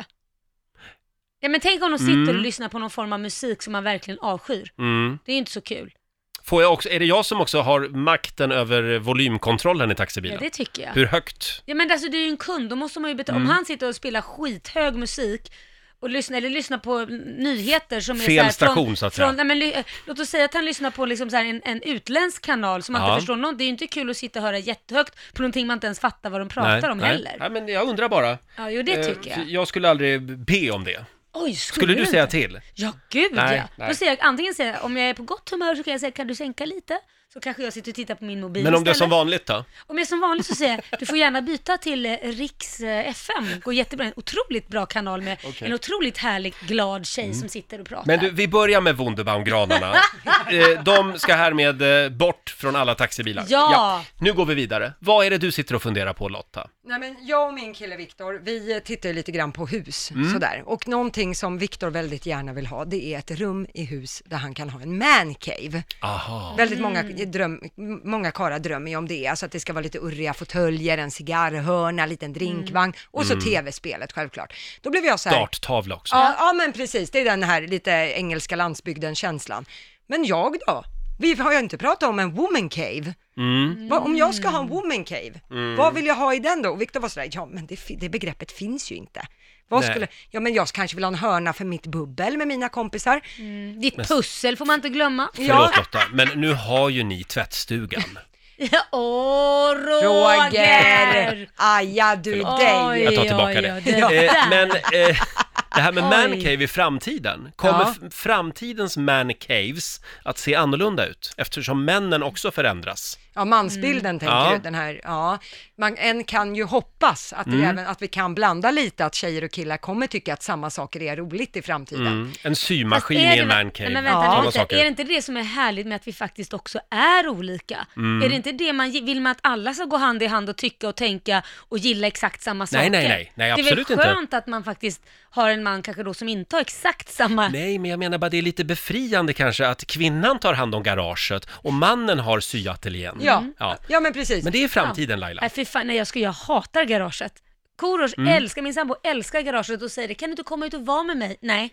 Ja, men tänk om de sitter Mm. och lyssnar på någon form av musik som man verkligen avskyr. Mm. Det är ju inte så kul. Får jag också, är det jag som också har makten över volymkontrollen i taxibilen? Ja, det tycker jag. Hur högt? Ja, men alltså det är ju en kund, då måste man ju betala. Mm. Om han sitter och spelar skithög musik och lyssnar, eller lyssnar på nyheter som är Fel så här, station, från, så att säga. från, nej, men, ly- låt oss säga att han lyssnar på liksom så här en, en utländsk kanal som man Ja. inte förstår något. Det är ju inte kul att sitta och höra jättehögt på någonting man inte ens fattar vad de pratar om nej. heller. Nej, men jag undrar bara. Ja, jo, det Eh, tycker jag. Jag skulle aldrig be om det. Oj, Skulle du säga inte? till? Ja, gud Nej, ja. nej. Då säger jag antingen säger jag, om jag är på gott humör så kan jag säga, kan du sänka lite? Så kanske jag sitter och tittar på min mobil Men om det är istället. som vanligt då? Om jag är som vanligt så säger jag, du får gärna byta till eh, Riks eh, F M. Går jättebra, en otroligt bra kanal med Okej. en otroligt härlig, glad tjej som sitter och pratar. Men du, vi börjar med Wunderbaum-granarna. eh, de ska härmed eh, bort från alla taxibilar. Ja. Nu går vi vidare. Vad är det du sitter och funderar på, Lotta? Nej, men jag och min kille Viktor, vi tittar ju lite grann på hus, Mm. sådär. Och någonting som Viktor väldigt gärna vill ha, det är ett rum i hus där han kan ha en man cave. Aha. Väldigt många, dröm, många karlar drömmer ju om det, alltså att det ska vara lite urriga fåtöljer, en cigarrhörna, en liten drinkvagn och så tv-spelet självklart. Då blev jag så här, Darttavla också. ja, ja men precis, det är den här lite engelska landsbygden-känslan. Men jag då? Vi har ju inte pratat om en woman cave. Mm. Vad, om jag ska ha en woman cave, vad vill jag ha i den då? Och Viktor var sådär, ja men det, fi- det begreppet finns ju inte. Vad Nej. skulle, ja men jag kanske vill ha en hörna för mitt bubbel med mina kompisar. Mm, ditt pussel får man inte glömma. Förlåt Lotta, men nu har ju ni tvättstugan. Ja, åh, Roger! Roger! Aja du dig! Jag tar tillbaka oj, det. oj, det Eh, där. men eh, det här med Oj. mancave i framtiden, kommer Ja. f- framtidens mancaves att se annorlunda ut? Eftersom männen också förändras. Ja, mansbilden tänker Ja. du, den här, ja. Man, en kan ju hoppas att, det Mm. även, att vi kan blanda lite, att tjejer och killar kommer tycka att samma saker är roligt i framtiden. Mm. En symaskin Fast är i en det- mancave. Nej, men vänta Sådana lite. saker. Är det inte det som är härligt med att vi faktiskt också är olika? Mm. Är det inte det man vill man att alla ska gå hand i hand och tycka och tänka och gilla exakt samma Nej, saker? nej, nej. Nej, absolut det är inte. väl skönt att man faktiskt har en man kanske då som inte har exakt samma... Nej, men jag menar bara det är lite befriande kanske att kvinnan tar hand om garaget och mannen har syateljén. Ja. Ja. Ja, men precis. Men det är framtiden, Laila. Nej, fy fan, nej, jag, ska, jag hatar garaget. Korosh Mm. älskar, min sambo älskar garaget och säger det, kan du inte komma ut och vara med mig? Nej.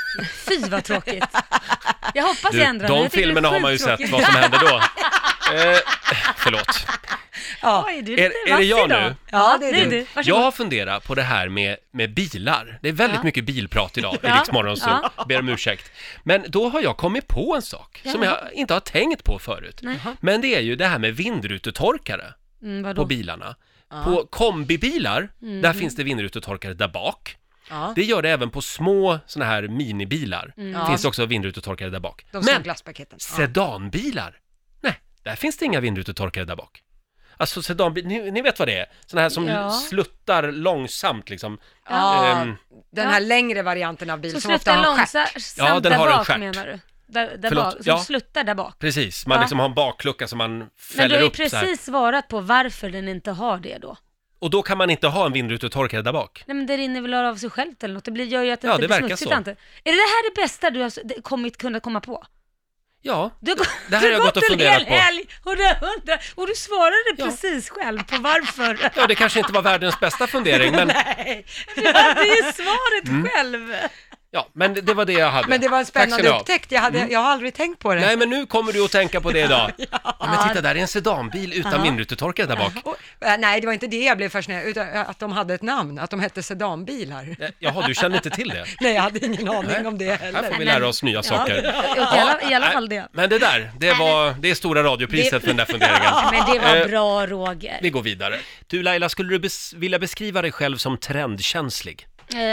Fy vad tråkigt. Jag hoppas Du, jag ändrar mig. de Jag tycker det är filmerna har man ju sjukt sett tråkigt. vad som hände då. Eh, förlåt. Ja. Oj, du är, Är- lite är det vass jag idag. nu? Ja, det är det du. du. Varsågod. Jag har funderat på det här med, med bilar. Det är väldigt Ja. mycket bilprat idag i Ja. Rix Morgonzoo. Ber om ursäkt. Men då har jag kommit på en sak som Ja. jag inte har tänkt på förut. Nej. Men det är ju det här med vindrutetorkare Mm, vadå? på bilarna. På kombibilar, Mm. där finns det vindrutetorkare där bak. Ja. Det gör det även på små såna här minibilar. Mm. Finns det också vindrutetorkare där bak. De små Men glasspaketen. Ja. sedanbilar, nej, där finns det inga vindrutetorkare där bak. Alltså sedanbil, ni, ni vet vad det är? Såna här som Ja. sluttar långsamt liksom. Ja, Ehm, den Ja. här längre varianten av bil Som som, ofta sluttar har en stjärt. långsamt Ja, den där har en bak stjärt. menar du? Där, där Förlåt, bak, som ja. sluttar där bak. Precis, man Ja. liksom har en baklucka som man Men du fäller har ju upp så här. precis svarat på varför den inte har det då. Och då kan man inte ha en vindrutetorkare där bak. Nej men det rinner väl av sig självt eller något. Det blir, gör ju att det Ja, inte det blir verkar smutsigt så. inte. Är det det här det bästa du har s- det- kommit kunna komma på? Ja, Du har, gå- Det här du har jag gått och en funderat hel på. helg och du undrar, och du svarade Ja. precis själv på varför. ja, det kanske inte var världens bästa fundering, men, Nej, du hade ju svaret Mm. själv. ja, men det, det var det jag hade. Men det var en Tack ska ni spännande ha. upptäckt, jag, hade, jag har aldrig tänkt på det. Nej, men nu kommer du att tänka på det idag. Ja, men titta, där är en sedanbil utan Ja. vindrutetorkare där bak. Och, äh, nej, det var inte det jag blev fascinerad, utan att de hade ett namn, att de hette sedanbilar. Eh, Jaha, du känner inte till det? Nej, jag hade ingen aning Nej. om det Här får heller. vi lära oss nya saker. I alla, i alla fall det. Men det där, det var det är stora radiopriset Det- för den där funderingen. Men det var Eh, bra Roger. Vi går vidare. Du Laila, skulle du bes- vilja beskriva dig själv som trendkänslig? Eh,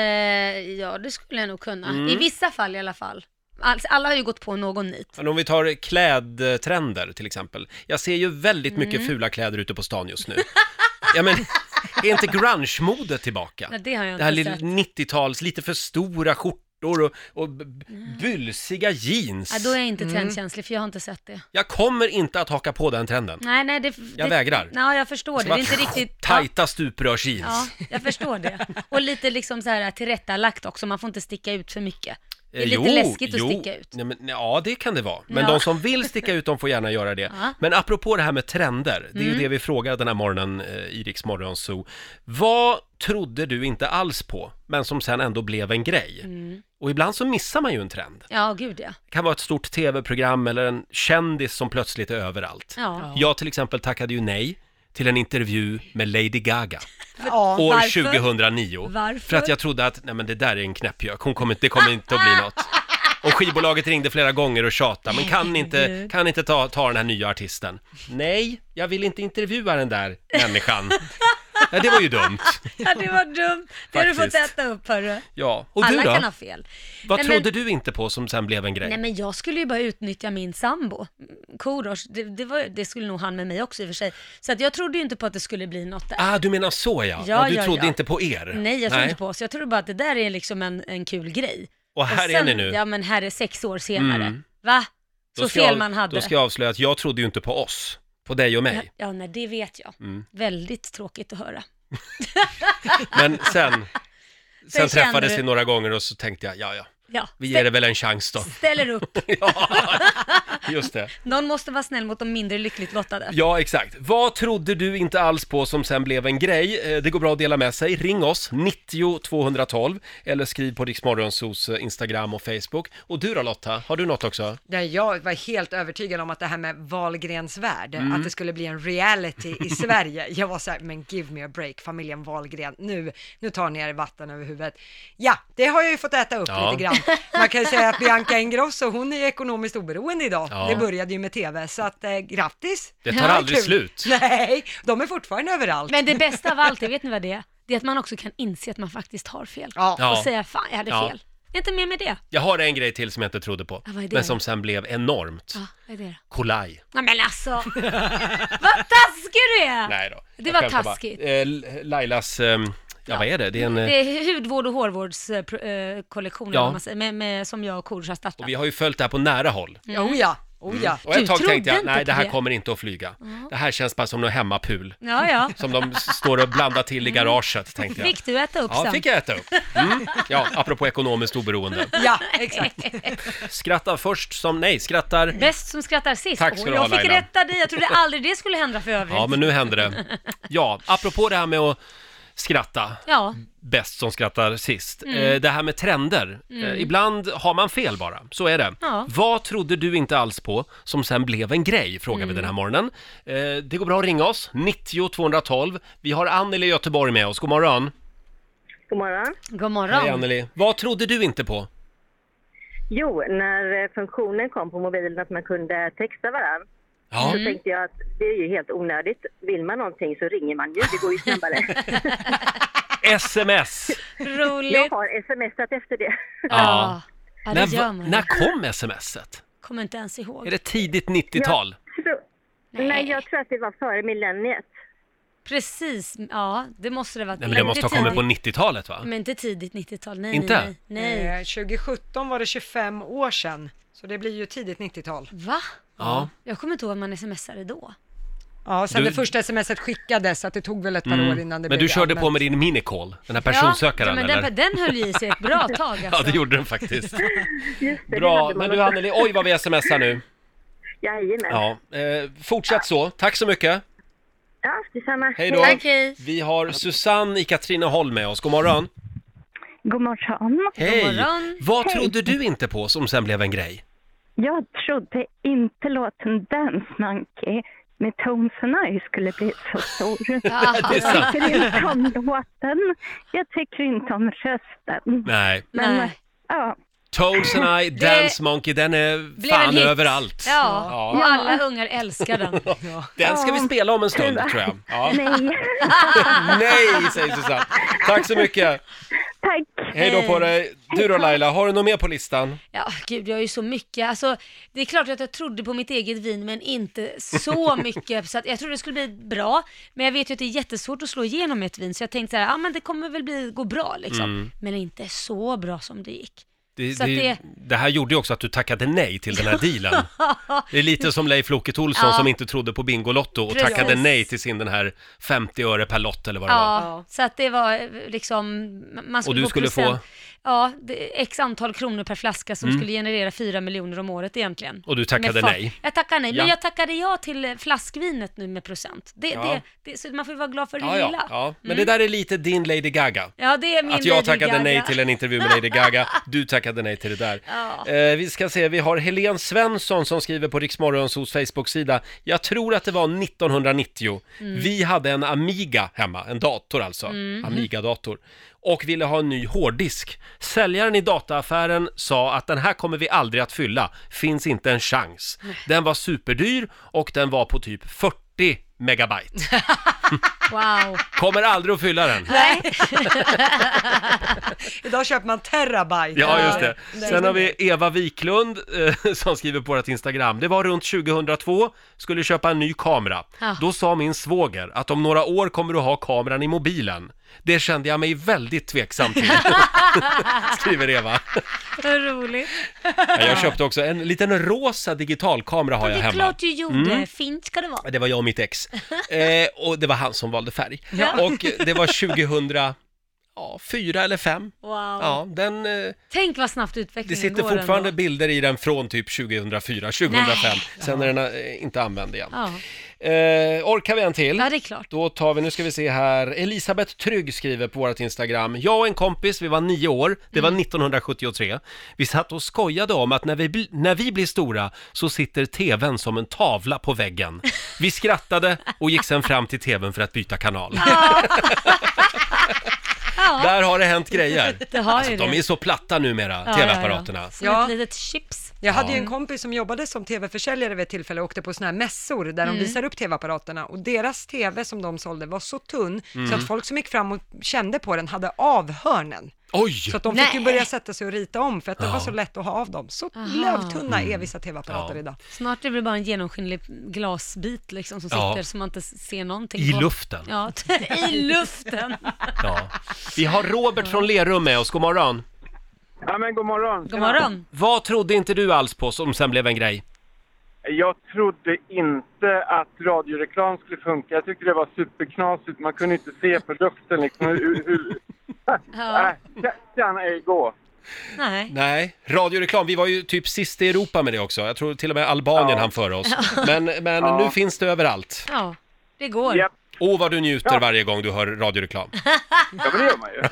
ja, det skulle jag nog kunna. Mm. I vissa fall i alla fall. Alltså, alla har ju gått på någon nit. Men om vi tar klädtrender till exempel. Jag ser ju väldigt mycket Mm. fula kläder ute på stan just nu. Ja, men är inte grunge-modet tillbaka? Nej, det har jag Det här inte lilla sett. nittio-tals, lite för stora skjortor och, och b- bylsiga jeans. Ja, då är jag inte trendkänslig för jag har inte sett det. Jag kommer inte att haka på den trenden. Nej, nej, det, Jag det, vägrar. Ja, jag förstår det. Det är inte riktigt... Ja, Tajta stuprörsjeans. ja, jag förstår det. Och lite liksom så här tillrättalagt också, man får inte sticka ut för mycket. Det är Eh, lite jo, läskigt att jo. sticka ut. Nej, men, ja, det kan det vara. Men Ja. de som vill sticka ut, de får gärna göra det. Ja. Men apropå det här med trender, det är Mm. ju det vi frågar den här morgonen eh, i Riks Morgonzoo. Vad trodde du inte alls på, men som sen ändå blev en grej? Mm. Och ibland så missar man ju en trend. Ja, gud ja. Det kan vara ett stort tv-program eller en kändis som plötsligt är överallt. Ja. Jag till exempel tackade ju nej till en intervju med Lady Gaga Ja. år Varför? tjugohundranio. Varför? För att jag trodde att, nej men det där är en knäppjök, hon kommer, det kommer inte att bli något. Och skivbolaget ringde flera gånger och tjatade, men kan ni inte, kan ni inte ta, ta den här nya artisten? Nej, jag vill inte intervjua den där människan. Ja, det var ju dumt. Ja, det var dumt. Det har du fått Faktiskt. äta upp, hörru. Ja, och Alla du då? kan ha fel. Vad Nej, trodde men, du inte på som sen blev en grej? Nej, men jag skulle ju bara utnyttja min sambo, Korosh. Det, det, var, det skulle nog han med mig också i och för sig. Så att jag trodde ju inte på att det skulle bli något där. Ah, du menar så ja. Ja, du ja, trodde ja. inte på er? Nej, jag trodde inte på oss. Jag trodde bara att det där är liksom en, en kul grej. Och här är sen, ni nu. Ja, men här är sex år senare. Mm. Va? Så Då ska fel jag, man hade. Då ska jag avslöja att jag trodde ju inte på oss. På dig och Ja, mig. ja, nej, det vet jag. Mm. Väldigt tråkigt att höra. Men sen, sen kände träffades du- vi några gånger och så tänkte jag, ja ja, Ja, vi ger det väl en chans då. ställer upp. Ja, just det. Någon måste vara snäll mot de mindre lyckligt lottade. Ja, exakt. Vad trodde du inte alls på som sen blev en grej? Eh, Det går bra att dela med sig. Ring oss, nittio tvåhundratolv, eller skriv på Rix Morgonzoos Instagram och Facebook. Och du då Lotta, har du något också? Ja, jag var helt övertygad om att det här med Wahlgrens värld, att det skulle bli en reality i Sverige. Jag var så här, men give me a break, familjen Wahlgren, nu, nu tar ni er vatten över huvudet. Ja, det har jag ju fått äta upp Ja. lite grann. Man kan ju säga att Bianca Ingrosso, hon är ekonomiskt oberoende idag. Ja. Det började ju med tv, så att eh, grattis. Det tar aldrig kul. slut. Nej, de är fortfarande överallt. Men det bästa av allt, vet ni vad det är? Det är att man också kan inse att man faktiskt har fel. Ja. Ja. Och säga, fan jag hade Ja. fel. Det är inte mer med det. Jag har en grej till som jag inte trodde på, Ja, vad är det men då? som sen blev enormt. Ja, vad är det då? Kolaj. Ja, men alltså, vad taskig du är! Nej då. Det Jag var skämtar bara. taskigt. Eh, Lailas, ehm, ja vad är det? Det är en... eh, Det är hudvård och hårvårdskollektion Ja. ja. med, med, som jag och Korosh har startat. Och vi har ju följt det här på nära håll. Oh ja, oh ja. Och ett Du tag trodde tänkte jag, inte nej på det här det. kommer inte att flyga. Det här känns bara som någon hemmapul. Ja, ja. Som de s- står och blandar till i garaget, tänkte jag. Fick du äta upp Ja, sen? fick jag äta upp. Mm. Ja, apropå ekonomiskt oberoende. Ja, exakt. Skrattar först som, nej, skrattar... Bäst som skrattar sist. Tack ska Och du ha, jag fick Laila. rätta dig, jag trodde aldrig det skulle hända för övrigt. Ja, men nu händer det. Ja, apropå det här med att skratta, Ja, bäst som skrattar sist. Eh, det här med trender, eh, ibland har man fel bara, så är det. Ja. Vad trodde du inte alls på som sen blev en grej, frågar vi den här morgonen. Eh, det går bra att ringa oss, nittio tvåhundratolv. Vi har Anneli i Göteborg med oss, god morgon. God morgon. god morgon. Hej Anneli. Vad trodde du inte på? Jo, när eh, funktionen kom på mobilen att man kunde texta varandra, Ja, så tänkte jag att det är ju helt onödigt. Vill man någonting så ringer man ju, det går ju snabbare. sms. Roligt. Jag har smsat efter det. Ja, ja det När, gör va- man. när kom smset? Kommer inte ens ihåg. Är det tidigt nittiotal? Jag tror, nej, jag tror att det var före millenniet. Precis, ja det måste det vara. Nej, men det måste ha kommit på nittiotalet va? Men inte tidigt nittiotal, nej Inte? nej nej. nej. Eh, tjugosjutton var det tjugofem år sedan, så det blir ju tidigt nittiotal. Va? Ja. Jag kommer inte ihåg att man smsade då. Ja, sen Du- det första smset skickades, så att det tog väl ett par Mm. år innan det Men blev du körde allmänt. på med din minicall, den här personsökaren ja, men eller? den, den höll i sig ett bra tag alltså. Ja, det gjorde den faktiskt. Just det, det Bra, hade man men du också. Anneli, oj vad vi smsar nu. Jajamän. Ja, eh, fortsätt så. Tack så mycket. Ja, detsamma. Hej då. Tack, hej. Vi har Susanne i Katrineholm med oss. God morgon. God morgon. Hej. morgon. Vad Hej. trodde du inte på som sen blev en grej? Jag trodde inte låten Dance Monkey med Tones and I skulle bli så stor. Jaha. Det är Jag sant. tycker inte om låten. Jag tycker inte om rösten. Nej. Men Nej. ja, Tones and I, Dance Monkey, den är Blev en fan hit. överallt. Ja, Ja. och alla ungar älskar den. Den ska vi spela om en stund, tror jag. Ja. nej. Nej, säger Susanne. Tack så mycket. Tack. Hej då på dig. Du då Laila, har du något mer på listan? Ja, gud, jag har ju så mycket. Alltså, det är klart att jag trodde på mitt eget vin, men inte så mycket. Så att jag trodde det skulle bli bra, men jag vet ju att det är jättesvårt att slå igenom med ett vin, så jag tänkte så här, ja men det kommer väl bli, gå bra liksom. Mm. Men inte så bra som det gick. Det, Så det, att det- det här gjorde ju också att du tackade nej till den här dealen. Det är lite som Leif Loket Olsson Ja. som inte trodde på Bingolotto och Precis. tackade nej till sin den här femtio öre per lott eller vad det var. Ja, så att det var eh, liksom... Man skulle Och du få skulle procent. få? Ja, det, x antal kronor per flaska som Mm. skulle generera fyra miljoner om året egentligen. Och du tackade Med fa- nej? Jag tackade nej, Ja. men jag tackade ja till eh, flaskvinet nu med procent. Det, Ja. det, det, så man får ju vara glad för det Ja, lilla. ja, ja. Men Mm. det där är lite din Lady Gaga. Ja, det är min Att jag Lady tackade Gaga. nej till en intervju med Lady Gaga, du tackade nej till det där. Ja. Eh, vi ska se, vi har Helene Svensson som skriver på Rix Morgonzos Facebook-sida. Jag tror att det var nittonhundranittio. Mm. Vi hade en Amiga hemma, en dator alltså, Mm. Amiga-dator. Och ville ha en ny hårddisk. Säljaren i dataaffären sa att den här kommer vi aldrig att fylla, finns inte en chans. Den var superdyr och den var på typ fyrtio megabyte. Wow. Kommer aldrig att fylla den. Nej. Idag köper man terabyte. Ja, just det. Nej. Sen har vi Eva Wiklund eh, som skriver på vårt Instagram. Det var runt tjugohundratvå, skulle köpa en ny kamera. Ja. Då sa min svåger att om några år kommer du ha kameran i mobilen. Det kände jag mig väldigt tveksam till, skriver Eva. Vad roligt. Ja, jag köpte också en liten rosa digitalkamera har Det jag är hemma. klart du gjorde. Mm. Fint ska det vara. Det var jag och mitt ex. Eh, och det var han som valde färg. Ja. Och det var tjugohundrafyra eller fem. Wow. Ja, den... Eh, Tänk vad snabbt Det utvecklingen sitter går fortfarande ändå. bilder i den från typ tjugohundrafyra, tjugohundrafem. Nej. Sen är den eh, inte använd igen. Ja. Eh, orkar vi en till? Ja, det är klart. Då tar vi, nu ska vi se här. Elisabeth Trygg skriver på vårt Instagram. Jag och en kompis, vi var nio år. Det var nittonhundrasjuttiotre. Vi satt och skojade om att när vi, bli- när vi blir stora så sitter tvn som en tavla på väggen. Vi skrattade och gick sen fram till tvn för att byta kanal. Ja, Där har det hänt grejer. det har Alltså, ju de det. är så platta numera, Ja, tv-apparaterna. Ja, ja. Som Ja. ett litet chips. Jag hade Ja. ju en kompis som jobbade som tv-försäljare vid ett tillfälle och åkte på såna här mässor där Mm. de visar upp tv-apparaterna och deras tv som de sålde var så tunn Mm. så att folk som gick fram och kände på den hade av hörnen. Oj! Så att de fick ju Nej. börja sätta sig och rita om för att det Ja. var så lätt att ha av dem. Så Aha. lövtunna är vissa tv-apparater Ja. idag. Snart är det bara en genomskinlig glasbit liksom som Ja. sitter så man inte ser någonting I på. luften. Ja, i luften. Ja. Vi har Robert från Lerum med oss, god morgon. Ja, men god morgon. God morgon. Vad trodde inte du alls på som sen blev en grej? Jag trodde inte att radioreklam skulle funka. Jag tyckte det var superknasigt. Man kunde inte se produkten liksom. Hur, hur... Ja. Äh, kan ej gå. Nej. Nej, radioreklam, vi var ju typ sist i Europa med det också. Jag tror till och med Albanien Ja. hann före oss. Men, men Ja. nu finns det överallt. Ja, det går. Japp. Åh, vad du njuter Ja. varje gång du hör radioreklam. Ja, men det gör man ju.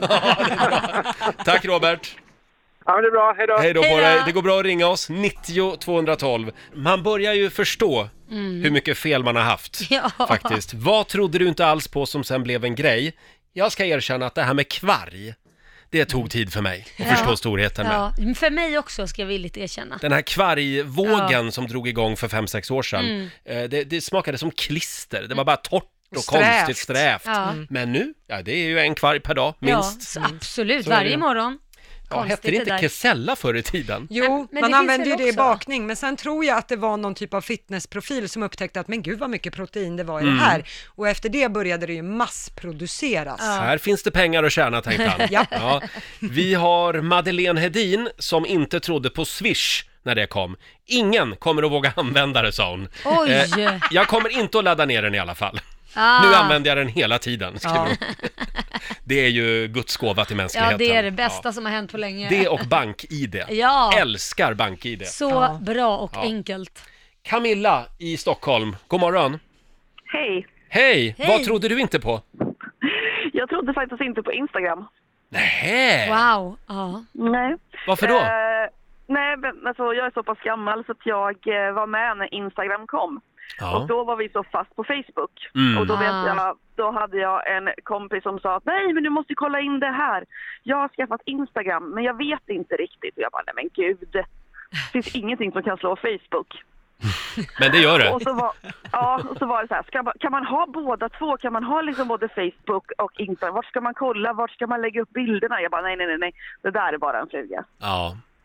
Tack Robert! Ja, men det är bra. Hej då. Hej då på Hej då. dig! Det går bra att ringa oss, nittio tvåhundratolv. Man börjar ju förstå hur mycket fel man har haft. Ja. Faktiskt. Vad trodde du inte alls på som sen blev en grej? Jag ska erkänna att det här med kvarg, det tog tid för mig att Ja. förstå storheten med. Ja, men för mig också ska jag villigt erkänna. Den här kvargvågen som drog igång för fem sex år sedan, Mm. eh, det, det smakade som klister. Det var bara torrt och, Och strävt. konstigt strävt. Ja. Men nu, ja det är ju en kvarg per dag, Ja, minst. så absolut. Så är det Varje ju. morgon. Ja, Konstigt hette det inte där. kesella förr i tiden? Jo, Men- men man det finns använde ju väl det i också? bakning, men sen tror jag att det var någon typ av fitnessprofil som upptäckte att men gud vad mycket protein det var i Mm. det här. Och efter det började det ju massproduceras. Här finns det pengar att tjäna, tänkte han. Ja. Ja. Vi har Madeleine Hedin som inte trodde på Swish när det kom. Ingen kommer att våga använda det, sa hon. Oj! Eh, jag kommer inte att ladda ner den i alla fall. Ah. Nu använder jag den hela tiden, skriver Ja. hon. Det är ju Guds gåva till mänskligheten. Ja, det är det bästa som har hänt på länge. Det och bank-I D. Ja. Älskar bank-I D. Så Ja. bra och Ja. enkelt. Camilla i Stockholm, god morgon. Hej. Hej! Hej. Vad trodde du inte på? Jag trodde faktiskt inte på Instagram. Nej. Wow. Ja. Nej. Varför då? Eh, nej, men alltså jag är så pass gammal så att jag eh, var med när Instagram kom. Och Ja. då var vi så fast på Facebook. Mm. Och då, vet Ah. jag, då hade jag en kompis som sa att nej, men du måste kolla in det här. Jag har skaffat Instagram, men jag vet inte riktigt. Och jag bara, nej men gud. Det finns ingenting som kan slå Facebook. Men det gör det. Och så var, ja, och så var det så här, ska man, kan man ha båda två? Kan man ha liksom både Facebook och Instagram? Vart ska man kolla? Vart ska man lägga upp bilderna? Jag bara, nej, nej, nej, nej. Det där är bara en fluga. Ja.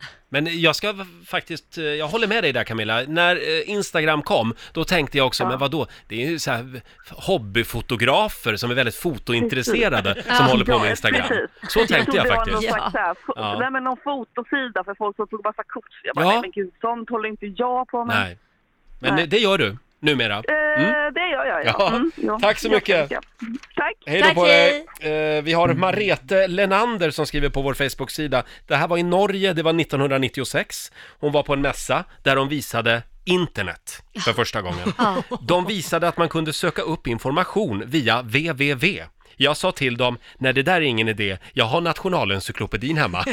Men jag ska faktiskt, jag håller med dig där Camilla. När Instagram kom, då tänkte jag också, ja. men vadå? Det är ju så här hobbyfotografer som är väldigt fotointresserade som håller på med Instagram. Precis. Så tänkte jag, jag faktiskt. Ja. Här, ja. Nej, men någon fotosida för folk som tog massa kort. Jag bara, ja. nej men gud, sånt håller inte jag på med. Nej, men nej. Det, det gör du numera. Mm. Eh, det gör jag, ja. ja. Mm, ja. Tack så mycket. Tack. Hej då på dig. Eh, vi har Marete Lenander som skriver på vår Facebook-sida. Det här var i Norge, det var nittonhundranittiosex. Hon var på en mässa där de visade internet för första gången. De visade att man kunde söka upp information via www. Jag sa till dem, nej det där är ingen idé, jag har Nationalencyklopedin hemma.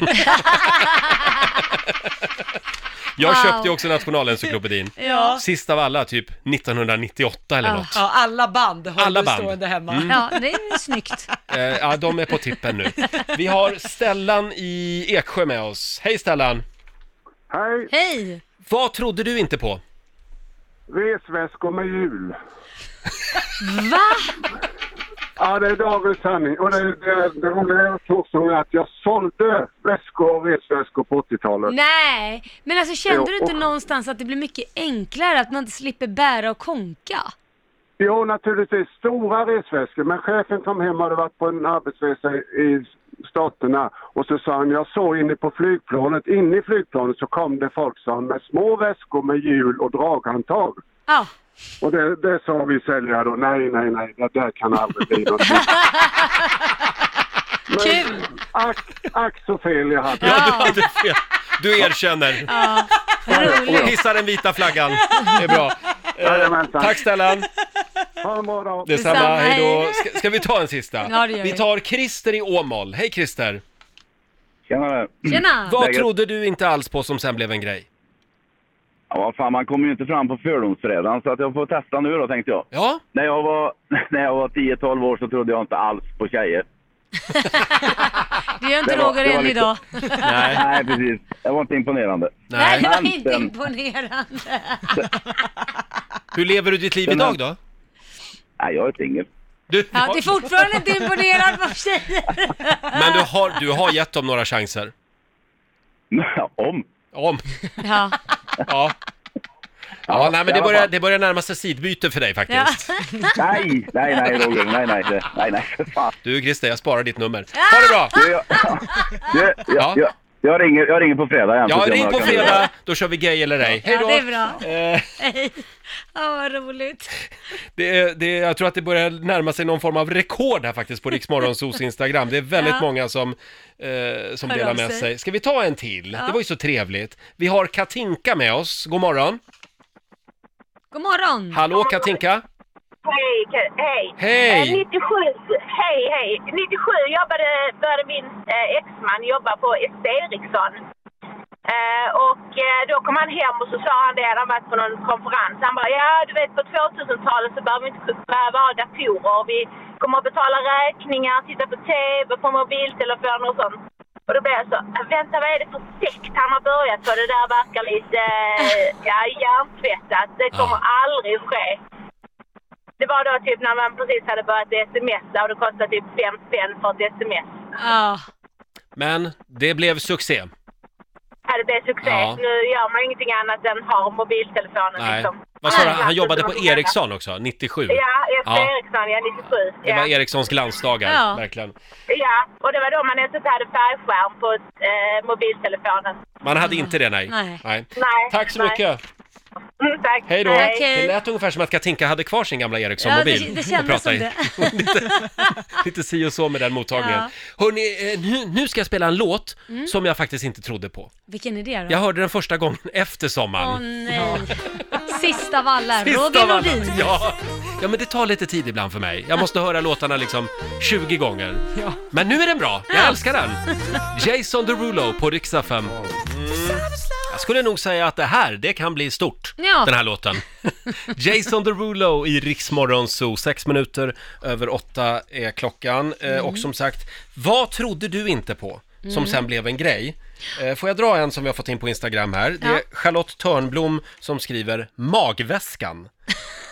Jag wow. köpte ju också Nationalencyklopedin. Ja. Sist av alla, typ nittonhundranittioåtta eller ja. något. Ja, alla band har alla du band. stående hemma. Mm. Ja, det är snyggt. Eh, ja, de är på tippen nu. Vi har Stellan i Eksjö med oss. Hej Stellan! Hej! Hej! Vad trodde du inte på? Resväskor med hjul. Va? Ja, det är dagens sanning. Och det, det, det roliga också att jag sålde väskor och resväskor på åttiotalet. Nej, men alltså kände jo, du inte och... någonstans att det blir mycket enklare att man inte slipper bära och konka? Jo, naturligtvis stora resväskor. Men chefen kom hem och hade varit på en arbetsresa i staterna. Och så sa han, jag såg inne på flygplanet, inne i flygplanet så kom det folk som med små väskor med hjul och draghandtag. Ja. Och det, det sa vi säljare då, nej, nej, nej, det där kan aldrig bli något. Kul! Ack, ack så fel jag hade. Ja, du hade fel. Du erkänner. Ja, roligt. Hissar den vita flaggan. Det är bra. Eh, tack Stellan. Ha en bra dag. Detsamma, hej då. Ska, ska vi ta en sista? Ja, det gör vi. Vi tar Christer i Åmål. Hej Christer. Tjena. Tjena. Vad trodde du inte alls på som sen blev en grej? Ja, fan, man kommer ju inte fram på fördomsfredagen så att jag får testa nu då, tänkte jag. Ja? När jag var, när jag var tio tolv år så trodde jag inte alls på tjejer. Det gör inte Roger än lite... idag. Nej. Nej, precis. Det var inte imponerande. Nej, det var inte imponerande. Hur lever du ditt liv idag då? Nej, jag är singel. Du, ja, det är fortfarande inte imponerande på tjejer. Men du har, du har gett dem några chanser. Om. Om. Ja. Ja. Ja, nej, men det börjar, det börjar närma sig sidbyte för dig faktiskt. Ja. nej, nej, nej, Roger. Nej, nej, nej, nej, för fan. Du, Christer, jag sparar ditt nummer. Ha det bra! Du, jag, du, jag, ja. jag, jag, ringer, jag ringer på fredag igen. Ja, ring på fredag. Då kör vi gay eller ej. Hej då! Ja, det är bra. Eh. Hej. Ja, vad roligt. Det är, det är, jag tror att det börjar närma sig någon form av rekord här faktiskt på Rix Morgonzos Instagram. Det är väldigt ja. många som, eh, som delar med sig. sig. Ska vi ta en till? Ja. Det var ju så trevligt. Vi har Katinka med oss. God morgon. God morgon. Hallå Katinka. Hej, hej. Hej. Eh, nittiosju, hej, hej. nittiosju jobbade, började min eh, exman jobba på S T Ericsson. Eh, och eh, då kom han hem och så sa han det, han hade varit på någon konferens. Han bara, ja du vet på tvåtusentalet så behöver vi inte behöva ha datorer. Vi kommer att betala räkningar, titta på tv, på mobiltelefoner och sånt. Och då blev jag så, vänta vad är det för sekt han har börjat på? Det där verkar lite, ja, hjärntvättat. Det kommer ja. aldrig ske. Det var då typ när man precis hade börjat smsa och det kostade typ fem spänn för ett sms. Ja. Men det blev succé. Ja, det blev succé. Ja. Nu gör man ingenting annat än har mobiltelefonen. Nej. Liksom. Vad sa du? Han jobbade på Ericsson också, nittiosju? Ja, efter ja. Ericsson, ja, nittiosju. Det var ja. Ericssons glansdagar, ja. verkligen. Ja, och det var då man ens inte hade färgskärm på eh, mobiltelefonen. Man hade inte det, nej. Nej. nej. nej Tack så nej. mycket. Mm, tack. Hej då. Nej, det lät ungefär som att Katinka hade kvar sin gamla Ericsson-mobil. Ja, det, det kändes som det. lite, lite si och så med den mottagningen. Ja. Hörrni, nu, nu ska jag spela en låt mm. som jag faktiskt inte trodde på. Vilken är det då? Jag hörde den första gången efter sommaren. Åh nej. Sist av alla, Sist Roger av alla. Nordin. Ja. ja, men det tar lite tid ibland för mig. Jag måste höra låtarna liksom tjugo gånger. Ja. Men nu är den bra, jag älskar den. Jason Derulo på Rix F M. Mm. Jag skulle nog säga att det här, det kan bli stort, ja. den här låten. Jason Derulo i Rix Morgonzoo, sex minuter över åtta är klockan. Mm. Eh, och som sagt, vad trodde du inte på som mm. sen blev en grej? Eh, får jag dra en som vi har fått in på Instagram här? Det är ja. Charlotte Törnblom som skriver magväskan.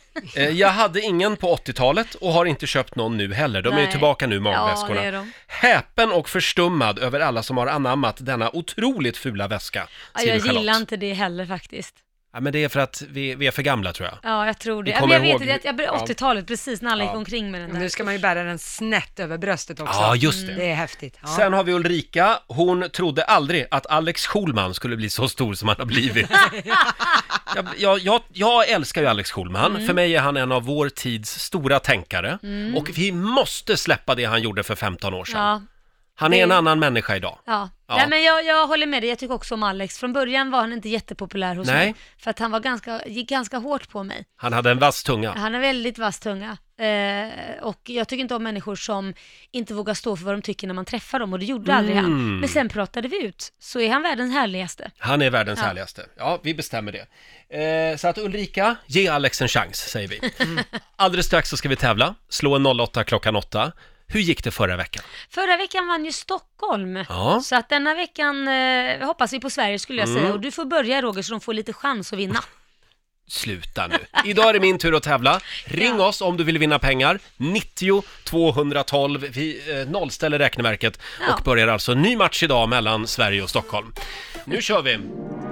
Eh, Jag hade ingen på åttiotalet och har inte köpt någon nu heller. De är ju Nej. tillbaka nu, Ja, magväskorna. det är de. Häpen och förstummad över alla som har anammat denna otroligt fula väska. Ja, skriver jag gillar Charlotte. inte det heller faktiskt. Ja, men det är för att vi, vi är för gamla, tror jag. Ja, jag tror det. Vi Ja, kommer men jag vet ihåg- inte, jag, jag, ja. åttiotalet precis när alla gick Ja. omkring med den Men där. nu ska man ju bära den snett över bröstet också. Ja, just det. Det är häftigt. Ja. Sen har vi Ulrika. Hon trodde aldrig att Alex Schulman skulle bli så stor som han har blivit. jag, jag, jag, jag älskar ju Alex Schulman. Mm. För mig är han en av vår tids stora tänkare. Mm. Och vi måste släppa det han gjorde för femton år sedan. Ja. Han är Det- en annan människa idag. Ja, Ja. Nej, men jag, jag håller med dig, jag tycker också om Alex. Från början var han inte jättepopulär hos Nej. mig, för att han var ganska, gick ganska hårt på mig. Han hade en vass tunga. Han är väldigt vass tunga. Eh, och jag tycker inte om människor som inte vågar stå för vad de tycker när man träffar dem, och det gjorde aldrig Mm. han. Men sen pratade vi ut, så är han världens härligaste. Han är världens Ja. härligaste. Ja, vi bestämmer det. Eh, så att Ulrika, ge Alex en chans, säger vi. Alldeles strax så ska vi tävla. Slå en noll åtta klockan åtta. Hur gick det förra veckan? Förra veckan vann ju Stockholm, Ja. så att denna veckan eh, hoppas vi på Sverige, skulle jag Mm. säga. Och du får börja, Roger, så de får lite chans att vinna. Sluta nu. Idag är det min tur att tävla. Ring oss om du vill vinna pengar. nittio tvåhundratolv. Vi eh, nollställer räkneverket Ja. och börjar alltså en ny match idag mellan Sverige och Stockholm. Nu kör vi!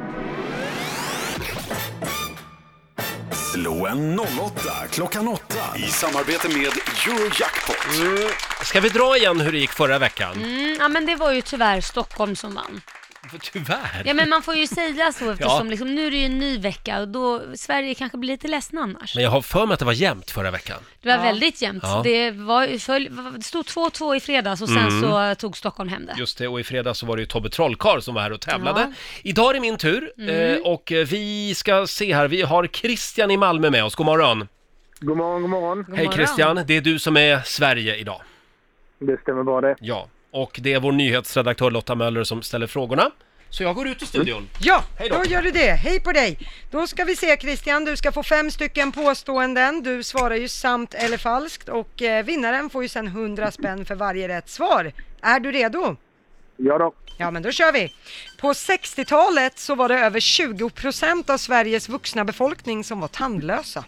Slå en noll åtta klockan åtta i samarbete med Eurojackpot. Mm. Ska vi dra igen hur det gick förra veckan? Mm, ja, men det var ju tyvärr Stockholm som vann. Tyvärr. Ja, men man får ju säga så, eftersom Ja. liksom, nu är det ju en ny vecka och då Sverige kanske blir lite ledsna annars. Men jag har för mig att det var jämnt förra veckan. Det var Ja. väldigt jämnt. Ja. Det, var, följ, det stod två två i fredags och sen Mm. så tog Stockholm hem det. Just det, och i fredags så var det ju Tobbe Trollkarl som var här och tävlade. Ja. Idag är det min tur Mm. eh, och eh, vi ska se här, vi har Christian i Malmö med oss. God morgon. God morgon, god morgon. God Hej morgon. Christian, det är du som är Sverige idag. Det stämmer bra det. Ja, och det är vår nyhetsredaktör Lotta Möller som ställer frågorna. Så jag går ut ur studion. Ja, Hej då. då gör du det. Hej på dig. Då ska vi se Christian, du ska få fem stycken påståenden. Du svarar ju sant eller falskt och eh, vinnaren får ju sen hundra spänn för varje rätt svar. Är du redo? Ja då. Ja, men då kör vi. På sextiotalet så var det över tjugo procent av Sveriges vuxna befolkning som var tandlösa.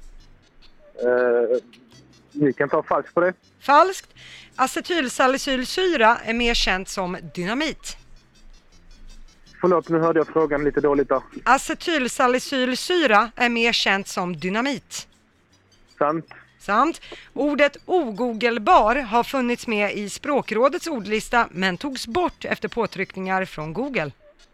Uh, vi kan ta falskt på det. Falskt. Acetylsalicylsyra är mer känt som dynamit. Förlåt, nu hörde jag frågan lite dåligt där. Acetylsalicylsyra är mer känt som dynamit. Sant. Sant. Ordet ogoogelbar har funnits med i språkrådets ordlista men togs bort efter påtryckningar från Google.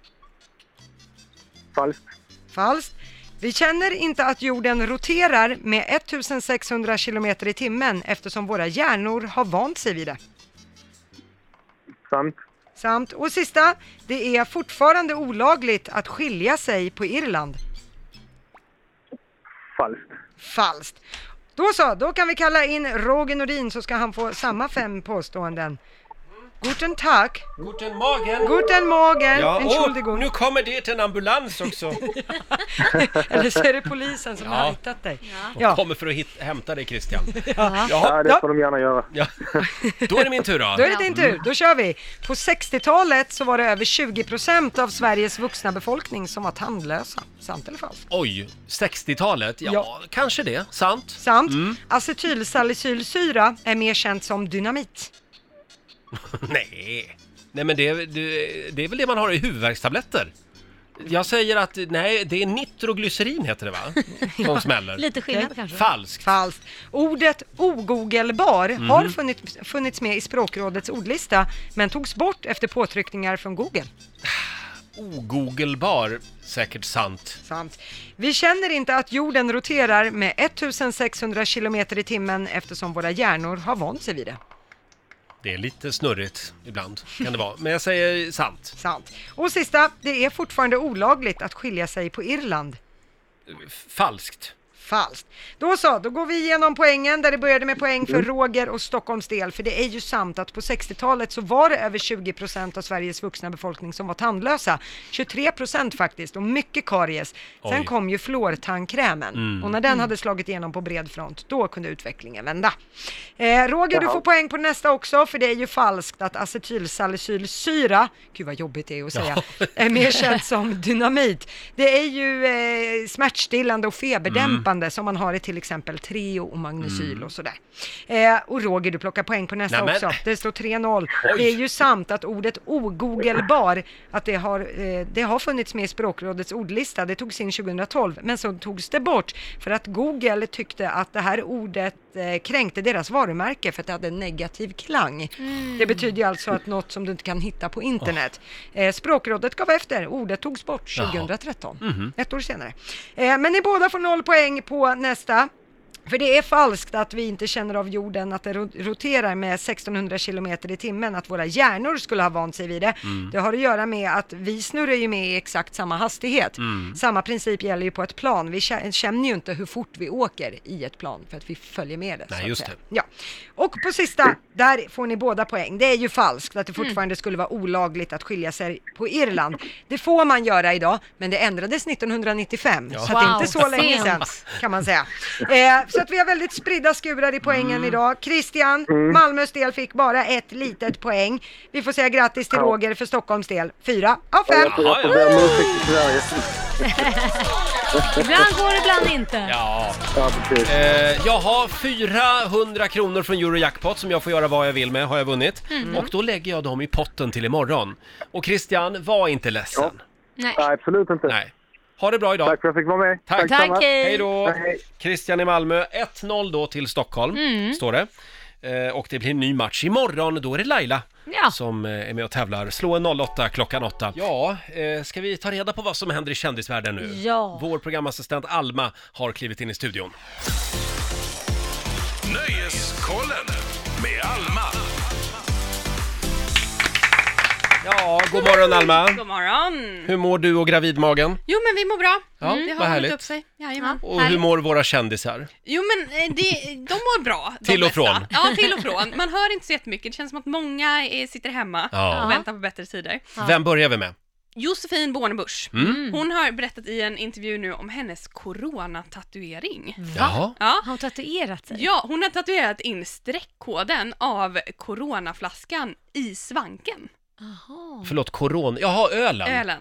Falskt. Falskt. Vi känner inte att jorden roterar med ettusensexhundra kilometer i timmen eftersom våra hjärnor har vant sig vid det. Sant. Sant. Och sista, det är fortfarande olagligt att skilja sig på Irland. Falskt. Falskt. Då så, då kan vi kalla in Roger Nordin så ska han få samma fem påståenden. Guten Tag. Guten Morgen. Guten Morgen. Ja, Entschuldigung. och nu kommer det en ambulans också. Eller så är det polisen som Ja. har hittat dig. De kommer för att hit, hämta dig Christian. Ja. Ja, det får de gärna göra. Ja. Då är det min tur då. Då är det din tur, då kör vi. På sextiotalet så var det över tjugo procent av Sveriges vuxna befolkning som var tandlösa. Sant eller falskt? Oj, sextiotalet? Ja, Ja. kanske det. Sant. Sant. Mm. Acetylsalicylsyra är mer känt som dynamit. Nej. Nej, men det, är- det, det är väl det man har i huvudvärkstabletter. Jag säger att, nej, det är nitroglycerin heter det va? Som smäller. Lite skillnad kanske. Falskt. Falskt. Ordet ogoogelbar Mhm. har funnits, funnits med i språkrådets ordlista men togs bort efter påtryckningar från Google. Ogoogelbar, säkert sant. Sant. Vi känner inte att jorden roterar med ettusensexhundra kilometer i timmen eftersom våra hjärnor har vant sig vid det. Det är lite snurrigt ibland, kan det vara. Men jag säger sant. Sant. Och sista, det är fortfarande olagligt att skilja sig på Irland. Falskt. Falskt. Då så, då går vi igenom poängen där det började med poäng för Roger och Stockholms del. För det är ju sant att på sextiotalet så var det över tjugo procent av Sveriges vuxna befolkning som var tandlösa. tjugotre procent faktiskt och mycket karies. Sen Oj. kom ju fluortandkrämen Mm. och när den hade slagit igenom på bred front då kunde utvecklingen vända. Eh, Roger, du Jaha. får poäng på nästa också för det är ju falskt att acetylsalicylsyra, gud vad jobbigt det är att säga, Ja. är mer känt som dynamit. Det är ju eh, smärtstillande och feberdämpande förhållande som man har i till exempel Treo och Magnesyl mm. och sådär. Eh, och Roger, du plockar poäng på nästa Nämen. också. Det står tre noll. Oj. Det är ju sant att ordet ogoogelbar, att det har, eh, det har funnits med i Språkrådets ordlista. Det togs in tjugotolv, men så togs det bort för att Google tyckte att det här ordet eh, kränkte deras varumärke för att det hade en negativ klang. Mm. Det betyder ju alltså att något som du inte kan hitta på internet. Oh. Eh, Språkrådet gav efter. Ordet togs bort tjugotretton. Mm-hmm. Ett år senare. Eh, men ni båda får noll poäng på nästa. För det är falskt att vi inte känner av jorden att det roterar med sextonhundra kilometer i timmen, att våra hjärnor skulle ha vant sig vid det. Mm. Det har att göra med att vi snurrar ju med i exakt samma hastighet. Mm. Samma princip gäller ju på ett plan. Vi känner ju inte hur fort vi åker i ett plan för att vi följer med det. Nej, just det. Ja. Och på sista, där får ni båda poäng. Det är ju falskt att det fortfarande mm. skulle vara olagligt att skilja sig på Irland. Det får man göra idag, men det ändrades nittonhundranittiofem. Ja. Så wow. att det är inte så länge sedan, kan man säga. Eh, Så att vi har väldigt spridda skurar i poängen mm. idag. Christian, mm. Malmös del fick bara ett litet poäng. Vi får säga grattis till ja. Roger för Stockholms del. Fyra av fem. Ja, ja, ja. Ibland går det, ibland inte. Ja. Eh, jag har fyrahundra kronor från Eurojackpot som jag får göra vad jag vill med, har jag vunnit. Mm. Och då lägger jag dem i potten till imorgon. Och Christian, var inte ledsen. Ja. Nej. Nej, absolut inte. Nej. Ha det bra idag. Tack för att jag fick vara med. Tack. Tack, Tack hej. Hej då. Hej. Christian i Malmö, ett noll då till Stockholm, mm. står det. Eh, och det blir en ny match imorgon, då är det Laila ja. som eh, är med och tävlar. Slå en noll åtta klockan åtta. Ja, eh, ska vi ta reda på vad som händer i kändisvärlden nu? Ja. Vår programassistent Alma har klivit in i studion. Nöjeskollen med Alma. Ja, god morgon Alma. God morgon. Hur mår du och gravidmagen? Jo, men vi mår bra. Ja, mm, det har hållit upp sig. Jajamän. Och hur mår våra kändisar? Jo, men det, de mår bra. De till och bästa. från. Ja, till och från. Man hör inte så jättemycket. Det känns som att många är, sitter hemma ja. och väntar på bättre tider. Ja. Vem börjar vi med? Josefin Bornebusch. Mm. Hon har berättat i en intervju nu om hennes coronatatuering. Va? Ja. Har hon tatuerat sig? Ja, hon har tatuerat in streckkoden av coronaflaskan i svanken. Aha. Förlåt, corona. Jaha, ölen. Ölen.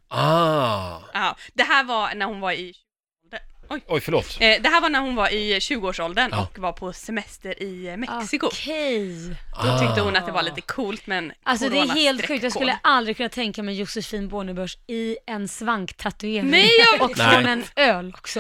Ah. Ja, det här var när hon var i Oj. Oj, förlåt. Eh, det här var när hon var i tjugoårsåldern ja. och var på semester i Mexiko. Okej. Då Ah. tyckte hon att det var lite coolt, men alltså det är helt sjukt. Jag skulle aldrig kunna tänka mig Josefin Bornebusch i en svanktatuering. Nej, jag... Och Nej. från en öl också.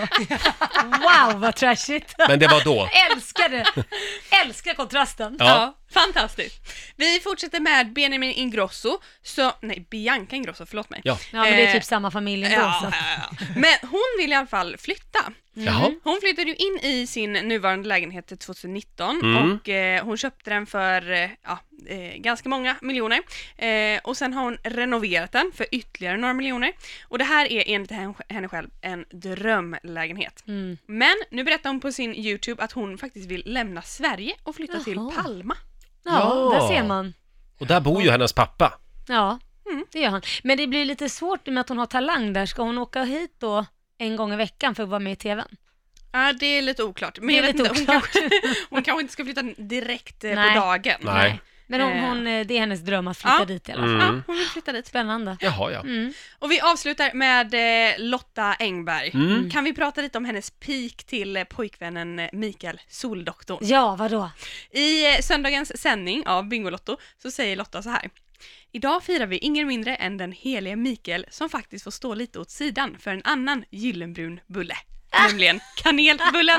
Wow, vad trashigt. Men det var då. Älskar det. Älskar kontrasten. Ja. ja, fantastiskt. Vi fortsätter med Benjamin Ingrosso. Så, nej, Bianca Ingrosso, förlåt mig. Ja, ja men det är typ samma familj ändå. Ja, så. ja, ja. Men hon vill i alla fall flytta. Mm. Hon flyttade ju in i sin nuvarande lägenhet till tjugonitton mm. och eh, hon köpte den för eh, ja, eh, ganska många miljoner. Eh, och sen har hon renoverat den för ytterligare några miljoner. Och det här är enligt henne, henne själv en drömlägenhet. Mm. Men nu berättar hon på sin YouTube att hon faktiskt vill lämna Sverige och flytta Jaha. till Palma. Ja, Ja. där ser man. Och där bor ju hennes pappa. Ja, Mm. det gör han. Men det blir lite svårt med att hon har talang där. Ska hon åka hit då en gång i veckan för att vara med i tvn? Ja, det är lite oklart. Men Det är jag vet lite inte, hon, oklart. kanske, hon kanske inte ska flytta direkt eh, Nej. på dagen. Nej. Men hon, Eh. hon, det är hennes dröm att flytta Ja. dit i alla fall. Mm. Ja, hon vill flytta dit. Spännande. Jaha, ja. Mm. Och vi avslutar med eh, Lotta Engberg. Mm. Kan vi prata lite om hennes peak till eh, pojkvännen eh, Mikael Soldoktorn? Ja, vadå? I eh, söndagens sändning av Bingolotto så säger Lotta så här: idag firar vi ingen mindre än den helige Mikael som faktiskt får stå lite åt sidan för en annan gyllenbrun bulle. Nämligen kanelbullen.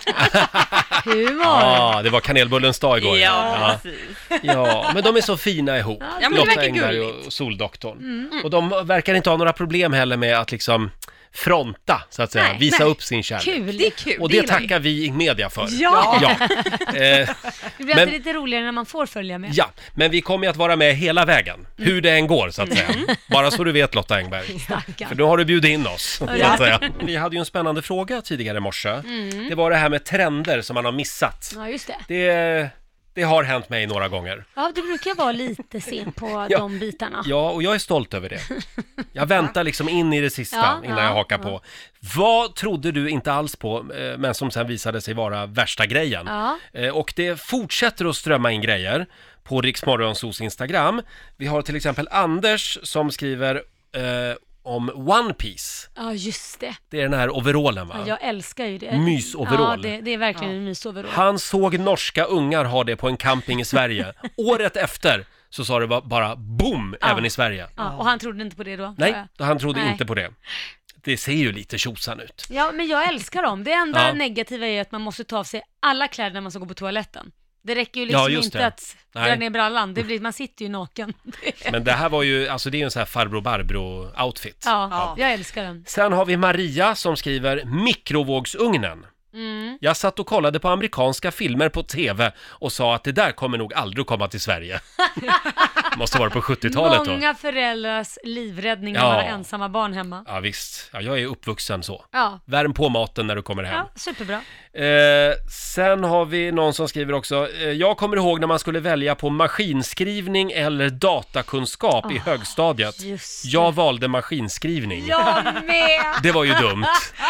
Humor. Ja, det var kanelbullens dag igår. Ja, ja. precis. Ja, men de är så fina ihop. Ja, men det Lotta verkar Engberg gulligt. och Soldoktorn. Mm. Och de verkar inte ha några problem heller med att liksom fronta, så att säga. Nej, Visa nej. upp sin kärlek. Kul. Det är kul. Och det gillar vi. tackar vi i media för. Ja. Ja. Eh, Det blir Men- alltid lite roligare när man får följa med. ja, men vi kommer ju att vara med hela vägen. Hur det än går, så att säga. Bara så du vet, Lotta Engberg. Stackarn. För då har du bjudit in oss, så Ja. att säga. Vi hade ju en spännande fråga tidigare i morse. Mm. Det var det här med trender som man har missat. Ja, just det. Det, det har hänt mig några gånger. Ja, du brukar vara lite sen på Ja. de bitarna. Ja, och jag är stolt över det. Jag väntar liksom in i det sista Ja, innan ja, jag hakar ja. på. Vad trodde du inte alls på, eh, men som sen visade sig vara värsta grejen? Ja. Eh, Och det fortsätter att strömma in grejer på Rix Morgonzos Instagram. Vi har till exempel Anders som skriver: eh, om One Piece. Ja, just det. Det är den här overallen, va? Ja, jag älskar ju det. Mysoverall. Ja, det, det är verkligen en mysoverall. Han såg norska ungar ha det på en camping i Sverige. Året efter så sa det bara boom, Ja. även i Sverige. Ja, och han trodde inte på det då? Nej, tror då han trodde Nej. inte på det. Det ser ju lite tjosan ut. Ja, men jag älskar dem. Det enda Ja. negativa är att man måste ta av sig alla kläder när man ska gå på toaletten. Det räcker ju liksom Ja, just inte det. att dra Nej. ner brallan. Det blir, man sitter ju naken. Men det här var ju, alltså det är ju en sån här farbror Barbro-outfit. Ja, ja, jag älskar den. Sen har vi Maria som skriver mikrovågsugnen. Mm. Jag satt och kollade på amerikanska filmer på tv och sa att det där kommer nog aldrig att komma till Sverige. Måste vara på sjuttiotalet då. Många föräldrars livräddning när Ja. man har ensamma barn hemma. Ja visst, ja, jag är uppvuxen så. Ja. Värm på maten när du kommer hem. Ja, superbra. Eh, sen har vi någon som skriver också, eh, jag kommer ihåg när man skulle välja på maskinskrivning eller datakunskap Ah, i högstadiet. just det. Jag valde maskinskrivning. Jag med! Det var ju dumt.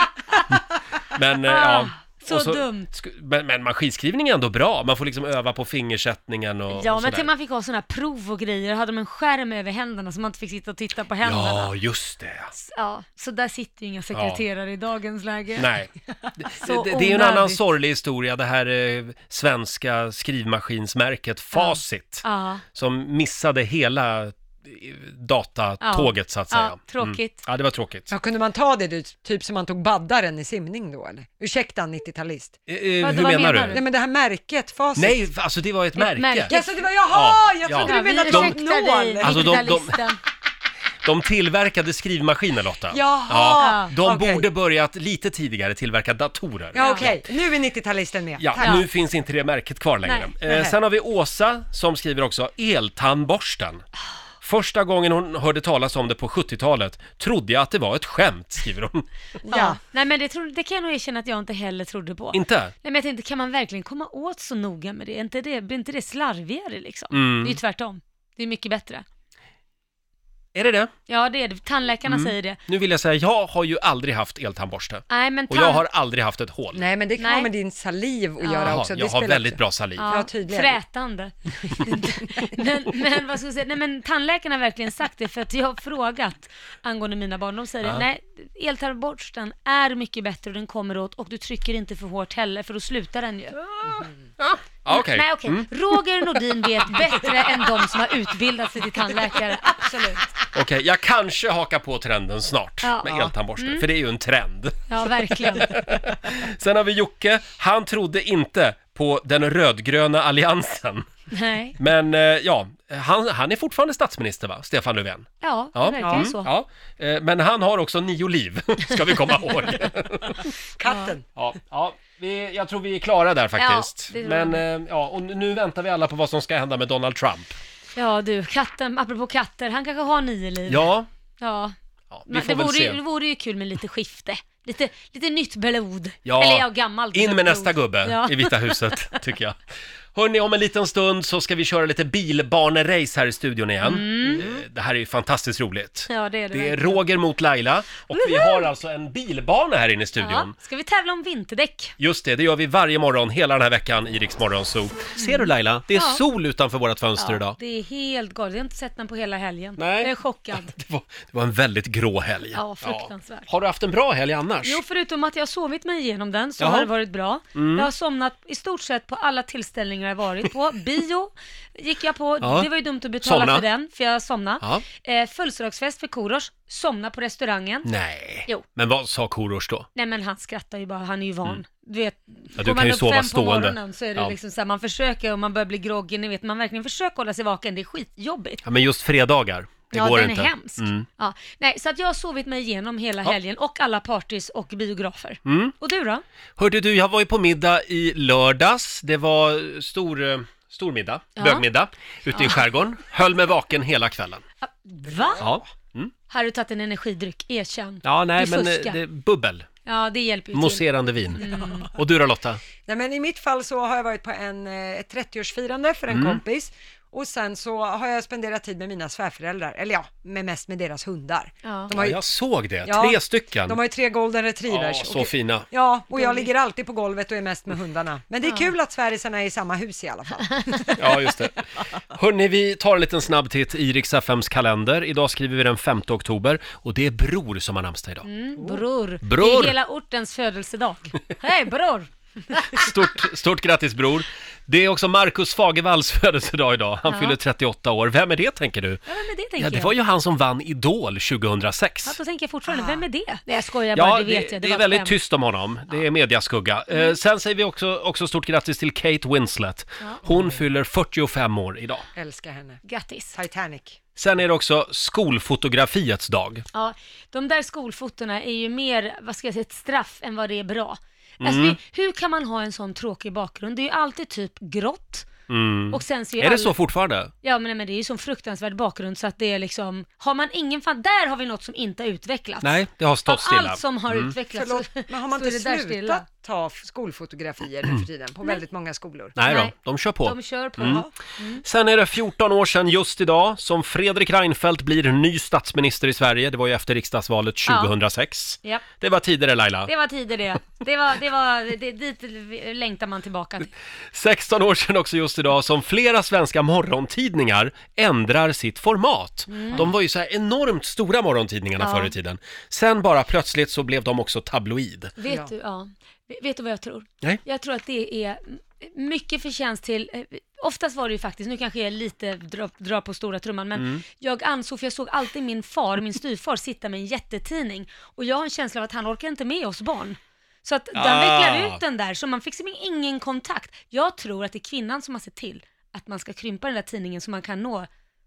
Men eh, Ah, ja. så Och dumt. sk- Men, men maskinskrivning är ändå bra. Man får liksom öva på fingersättningen och, Ja, och men sådär. till man fick ha sådana här prov och grejer, hade de en skärm över händerna så man inte fick sitta och titta på händerna. Ja, just det. Ja, så där sitter ju inga sekreterare i dagens läge. Nej. Så det, det är ju en annan onödigt. sorglig historia, det här eh, svenska skrivmaskinsmärket Facit. Ja. Som missade hela eh, datatåget så att säga. Ja, tråkigt. Mm. Ja, det var tråkigt. Ja, kunde man ta det du, typ som man tog baddaren i simning då eller? Ursäkta nittiotalist. Eh, eh, hur menar du? Nej men det här märket, Facit. Nej, alltså det var ett märke. märke. Ja, så det var, jaha, Ja, jag ja. trodde du menade De- nål. Alltså de, de, de tillverkade skrivmaskiner, Lotta. Jaha. Ja, de Okej. borde börjat lite tidigare tillverka datorer. Ja okej, nu är nittiotalisten med. Ja, Tack. nu finns inte det märket kvar längre. Nej. Eh, Nej. sen har vi Åsa som skriver också eltandborsten. Första gången hon hörde talas om det på sjuttiotalet trodde jag att det var ett skämt, skriver hon. Ja. Nej, men det, tro, det kan jag nog erkänna att jag inte heller trodde på. Inte? Nej, men jag tänkte, kan man verkligen komma åt så noga med det? Är inte det, blir inte det slarvigare liksom? Mm. Det är ju tvärtom. Det är mycket bättre. Är det det? Ja, det är det. Tandläkarna Mm. säger det. Nu vill jag säga, jag har ju aldrig haft eltandborste. Nej, men Och tand... jag har aldrig haft ett hål. Nej men det kan Nej. ha med din saliv att Ja. göra Jaha, också. Det jag har spelar väldigt också. bra saliv. Ja, tydligen. Frätande. men, men vad ska jag säga? Nej, men tandläkarna har verkligen sagt det, för att jag har frågat angående mina barn. De säger Ja. nej, eltandborsten är mycket bättre och den kommer åt och du trycker inte för hårt heller, för då slutar den ju. Ja, okej. Nej, okej. Mm. Roger Nordin vet bättre än de som har utbildat sig till tandläkare. Absolut. Okej, jag kanske hakar på trenden snart Ja. med Ja. eltandborste, Mm. för det är ju en trend. Ja, verkligen. Sen har vi Jocke, han trodde inte på den rödgröna alliansen. Nej. Men eh, ja, han, han är fortfarande statsminister, va? Stefan Löfven. Ja, det verkar ju så. Ja, eh, men han har också nio liv, ska vi komma ihåg. Katten. Ja, ja vi, jag tror vi är klara där faktiskt. Ja, det tror men jag. eh, ja, och nu väntar vi alla på vad som ska hända med Donald Trump. Ja du, katten, apropå katter, han kanske har nio liv. Ja, Ja. vi Men får det, väl vore, se. ju- det vore ju kul med lite skifte. Lite, lite nytt blod. Ja, Eller ja, gammalt in med blod. nästa gubbe Ja. i Vita huset, tycker jag. Hörrni, om en liten stund så ska vi köra lite bilbanerace här i studion igen. Mm. Eh, Det här är ju fantastiskt roligt. Ja, det är det. Det är verkligen. Roger mot Laila och vi har alltså en bilbana här inne i studion. Ja. Ska vi tävla om vinterdäck? Just det, det gör vi varje morgon hela den här veckan i Rix Morgon Zoo. Ser du Laila? Det är Ja. sol utanför vårt fönster idag. Det är helt galet. Jag har inte sett den på hela helgen. Nej. Jag är chockad. Det var, det var en väldigt grå helg. Ja, fruktansvärt. Har du haft en bra helg annars? Jo, förutom att jag har sovit mig igenom den så Jaha. har det varit bra. Mm. Jag har somnat i stort sett på alla tillställningar jag varit på. Bio gick jag på, Ja. det var ju dumt att betala Somna. för den, för jag somnade. Ja. Eh, födelsedagsfest för Korosh, somna på restaurangen. Nej. Jo. Men vad sa Korosh då? Nej men han skrattar ju bara, han är ju van. Mm. Du vet, Ja, du går kan man ju upp sova fem stående. på morgonen så är det Ja. liksom så här, man försöker och man börjar bli groggy, ni vet, man verkligen försöker hålla sig vaken, det är skitjobbigt. Ja, men just fredagar, det ja, går den inte. är hemsk. Mm. Ja. Nej, så att jag har sovit mig igenom hela Ja. helgen och alla partys och biografer. Mm. Och du då? Hörde du, jag var ju på middag i lördags. Det var stor, eh, stor middag, Ja. bögmiddag, ute i Ja. skärgården. Höll mig vaken hela kvällen. Va? Ja, mm. Har du tagit en energidryck? Erkänn. ja nej Du men eh, fuskar. det är bubbel. Ja, det hjälper ju till. Mousserande vin. Mm. Och du då Lotta? Nej men i mitt fall så har jag varit på en, eh, ett trettioårsfirande för en Mm. kompis Och sen så har jag spenderat tid med mina svärföräldrar, eller ja, med mest med deras hundar. Ja. De har ju, Ja, jag såg det, Ja, tre stycken. de har ju tre golden retrievers. Ja, så och, fina. Ja, och jag ligger alltid på golvet och är mest med hundarna. Men det är Ja. kul att Sverigesarna är i samma hus i alla fall. Ja, just det. Hörrni, vi tar en liten snabb titt i Rix F M:s kalender. Idag skriver vi den femte oktober och det är Bror som har namnsdag idag. Mm, bror. Bror. Det är hela ortens födelsedag. Hej bror! Stort, stort grattis Bror. Det är också Marcus Fagervalls födelsedag idag. Han Ja. fyller trettioåtta år. Vem är det, tänker du? Ja, vem är det tänker Ja, det jag? var ju han som vann Idol tjugohundrasex. Ja, då tänker jag fortfarande, vem är det? Nej, jag skojar bara, Ja, det det, vet jag. det var är väldigt skämt. tyst om honom. Det är mediaskugga. Eh, sen säger vi också, också stort grattis till Kate Winslet. Ja. Hon fyller fyrtiofem år idag. Älskar henne. Grattis. Titanic. Sen är det också skolfotografiets dag. Ja, de där skolfotona är ju mer, vad ska jag säga, ett straff än vad det är bra. Alltså, Mm. det, hur kan man ha en sån tråkig bakgrund? Det är ju alltid typ grått. Mm. Och sen så är Är det alla- så fortfarande? Ja, men, men det är ju sån fruktansvärd bakgrund så att det är liksom, har man ingen fan, där har vi något som inte har utvecklats. Nej, det har stått Av stilla. allt som har Mm. utvecklats. Förlåt, så- men har man så är inte det där stilla. slutat ta skolfotografier nu för tiden på väldigt många skolor? Nej då, Nej. de kör på. De kör på. Mm. Ja. Mm. Sen är det fjorton år sedan just idag som Fredrik Reinfeldt blir ny statsminister i Sverige. Det var ju efter riksdagsvalet tjugohundrasex. Ja. Det var tidigare, Laila. Det var tider det. Det var, det var, det, dit längtar man tillbaka till. sexton år sedan också just idag som flera svenska morgontidningar ändrar sitt format. Mm. De var ju så här enormt stora morgontidningarna Ja. förr i tiden. Sen bara plötsligt så blev de också tabloid. Vet Ja. du, ja. Vet du vad jag tror? Nej. Jag tror att det är mycket förtjänst till, eh, oftast var det ju faktiskt, nu kanske jag lite drar dra på stora trumman, men Mm. jag ansåg, för jag såg alltid min far, min styvfar sitta med en jättetidning och jag har en känsla av att han orkar inte med oss barn. Så att den Ah. vecklar ut den där, så man fick liksom ingen kontakt. Jag tror att det är kvinnan som har sett till att man ska krympa den där tidningen så man kan nå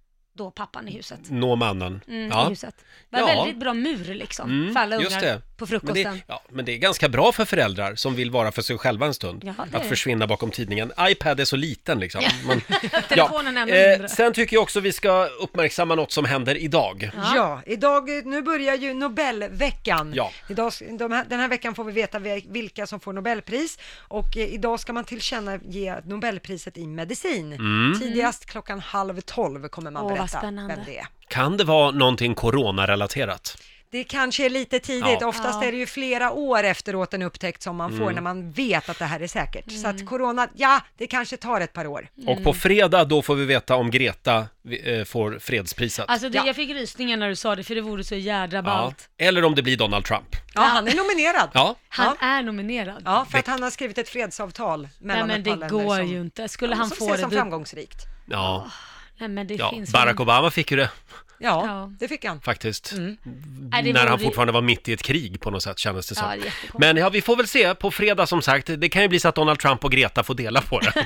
då pappan i huset. Nå mannen. Mm, Ja. i huset. Det var Ja. en väldigt bra mur liksom, Mm, för alla just ungar det. på Men frukosten. det, ja, men det är ganska bra för föräldrar som vill vara för sig själva en stund. Ja, det är att det. försvinna bakom tidningen. iPad är så liten liksom. Ja. Men, Telefonen är ännu eh, mindre. sen tycker jag också vi ska uppmärksamma något som händer idag. Ja. Ja, idag, nu börjar ju Nobelveckan. Ja. Idag, de här, den här veckan får vi veta vilka som får Nobelpris och eh, idag ska man tillkännage Nobelpriset i medicin. Mm. Tidigast klockan halv tolv kommer man Åh, vad berätta spännande. vem det är. Kan det vara någonting coronarelaterat? Det kanske är lite tidigt, Ja. oftast Ja. är det ju flera år efteråt en upptäckt som man får Mm. när man vet att det här är säkert. Så Mm. att corona, ja, det kanske tar ett par år. Och på fredag då får vi veta om Greta eh, får fredspriset. Alltså det, Ja. jag fick rysningar när du sa det, för det vore så jädra ja. ballt. Eller om det blir Donald Trump. Ja, han är nominerad. Ja, Han är nominerad. Ja, för att han har skrivit ett fredsavtal Nej mellan men ett par det länder går som, ju inte. Skulle ja, han som få ses det... som du- framgångsrikt. ja. Nej men det ja. finns Barack ju... Obama fick ju det Ja, Ja. det fick han. faktiskt. Mm. Nej, det När han vore- fortfarande var mitt i ett krig på något sätt kändes det som. Ja, det är jättekonstigt. Men ja, vi får väl se på fredag som sagt. Det kan ju bli så att Donald Trump och Greta får dela på det.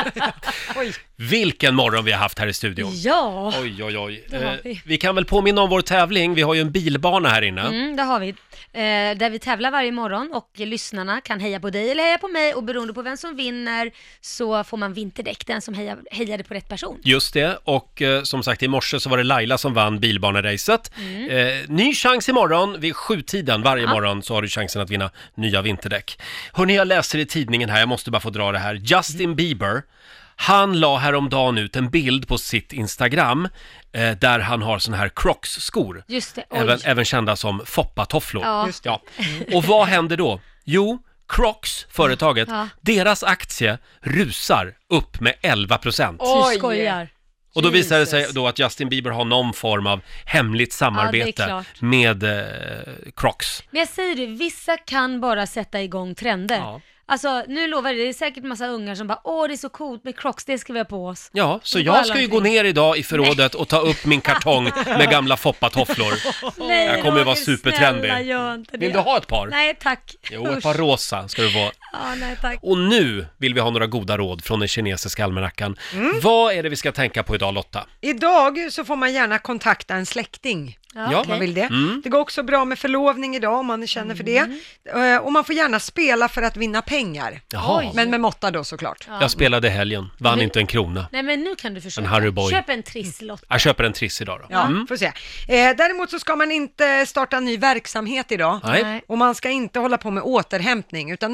Oj. Vilken morgon vi har haft här i studion. Ja, Oj, oj, oj. Det har Eh, vi. vi kan väl påminna om vår tävling. Vi har ju en bilbana här inne. mm, det har vi. Eh, där vi tävlar varje morgon och lyssnarna kan heja på dig eller heja på mig och beroende på vem som vinner så får man vinterdäck, den som heja, hejade på rätt person. Just det, och eh, som sagt i morse så var det Laila som vann bilbaneracet. Mm. Eh, ny chans imorgon, vid sjutiden varje Ja. morgon så har du chansen att vinna nya vinterdäck. Hörrni, jag läser i tidningen här, jag måste bara få dra det här. Justin Mm. Bieber, han la häromdagen ut en bild på sitt Instagram eh, där han har såna här Crocs-skor. Just det, oj. Även, även kända som foppatofflor. Ja. Just Ja. Och vad händer då? Jo, Crocs, företaget, Ja. deras aktie rusar upp med elva procent. Du Oj. skojar. Och då visar det sig Jesus. då att Justin Bieber har någon form av hemligt samarbete klart. med eh, Crocs. Men jag säger det, vissa kan bara sätta igång trender. Ja. Alltså nu lovar jag, det är säkert massa ungar som bara åh det är så coolt med Crocs, det ska vi ha på oss. Ja, så Det går jag alla ska ju gå omkring. ner idag i förrådet och ta upp min kartong med gamla foppatofflor. Nej, Jag kommer ju vara Roger, supertrendig. snälla, gör inte det. Vill du ha ett par? Nej tack. Jo, ett Usch. par rosa ska du få. Ja, nej tack. Och nu vill vi ha några goda råd från den kinesiska almanackan. Mm. Vad är det vi ska tänka på idag, Lotta? Idag så får man gärna kontakta en släkting. Ja, Ja. Om man okej. vill det. Mm. Det går också bra med förlovning idag om man känner för det. Eh, Och man får gärna spela för att vinna pengar. Jaha. Oj. Men med måtta då såklart. Ja. Jag spelade i helgen, vann Hur- inte en krona. Nej men nu kan du försöka. En Harry Boy. Köp en trisslott. Jag köper en triss idag då. Ja, Mm. får se. Eh, däremot så ska man inte starta en ny verksamhet idag. Nej. Nej. Och man ska inte hålla på med återhämtning, utan nu är det full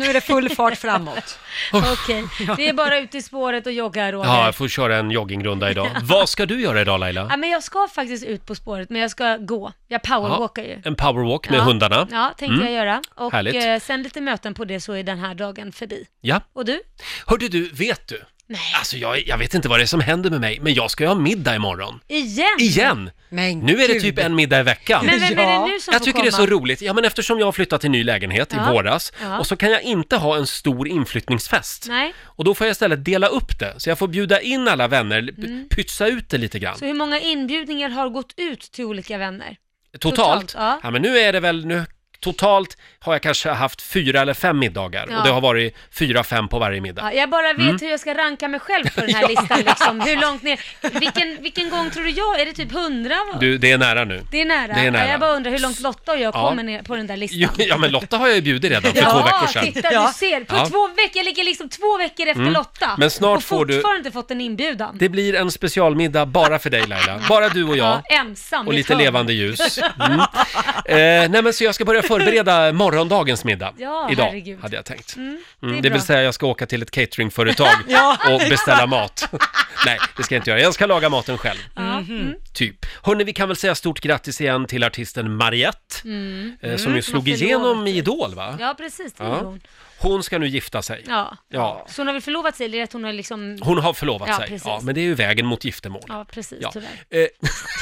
full fart framåt. Okej, det är bara ut i spåret och jogga, Roger. Ja, jag får köra en joggingrunda idag. Vad ska du göra idag, Laila? Ja, men jag ska faktiskt ut på spåret, men jag ska gå. Jag powerwalkar ju. En powerwalk med ja. hundarna. Ja, tänkte Mm. jag göra. Och Härligt. eh, sen lite möten på det, så är den här dagen förbi. Ja. Och du? Hörde du, vet du? Nej. Alltså jag, jag vet inte vad det är som händer med mig, men jag ska ju ha middag imorgon. Igen? Igen! Men nu är det gud. typ en middag i veckan. Men vem är det nu som Jag får tycker det är så komma? roligt. Ja, men eftersom jag har flyttat till ny lägenhet Ja. i våras Ja. och så kan jag inte ha en stor inflyttningsfest. Nej. Och då får jag istället dela upp det. Så jag får bjuda in alla vänner, p- Mm. pytsa ut det lite grann. Så hur många inbjudningar har gått ut till olika vänner? Totalt? Totalt, ja. Ja, men nu är det väl... Nu, totalt har jag kanske haft fyra eller fem middagar. Ja. Och det har varit fyra, fem på varje middag. Ja, jag bara vet Mm. hur jag ska ranka mig själv på den här listan liksom. Hur långt ner? Vilken, vilken gång tror du jag? Är det typ hundra? Du, det är nära nu. Det är nära. Det är nära. Ja, jag bara undrar hur långt Lotta och jag Ja. kommer ner på den där listan. Jo, ja, men Lotta har jag ju bjudit redan för ja, två veckor sedan. titta Ja. du ser. På Ja. två veckor, jag ligger liksom två veckor efter Mm. Lotta. Men snart och får du- fortfarande inte fått en inbjudan. Det blir en specialmiddag bara för dig, Laila. Bara du och jag. Ja, ensam. Och i lite ett hörn. levande ljus. Mm. Eh, nej men så jag ska börja förbereda morgondagens middag. Ja, Idag, herregud. hade jag tänkt. Mm, det Mm, är det bra. vill säga jag ska åka till ett cateringföretag och beställa mat. Nej, det ska jag inte göra. Jag ska laga maten själv. Ja. Mm. Typ. Hörrni, vi kan väl säga stort grattis igen till artisten Mariette. Mm. eh, Som Mm. ju slog Som har igenom förlovat i sig. Idol, va? Ja, precis. Det Ja. är hon. Hon ska nu gifta sig. Ja. Ja. Så hon har väl förlovat sig, eller att hon har liksom... Hon har förlovat Ja, sig. precis. Ja, men det är ju vägen mot giftermål. Ja, precis, Ja. tyvärr. Eh,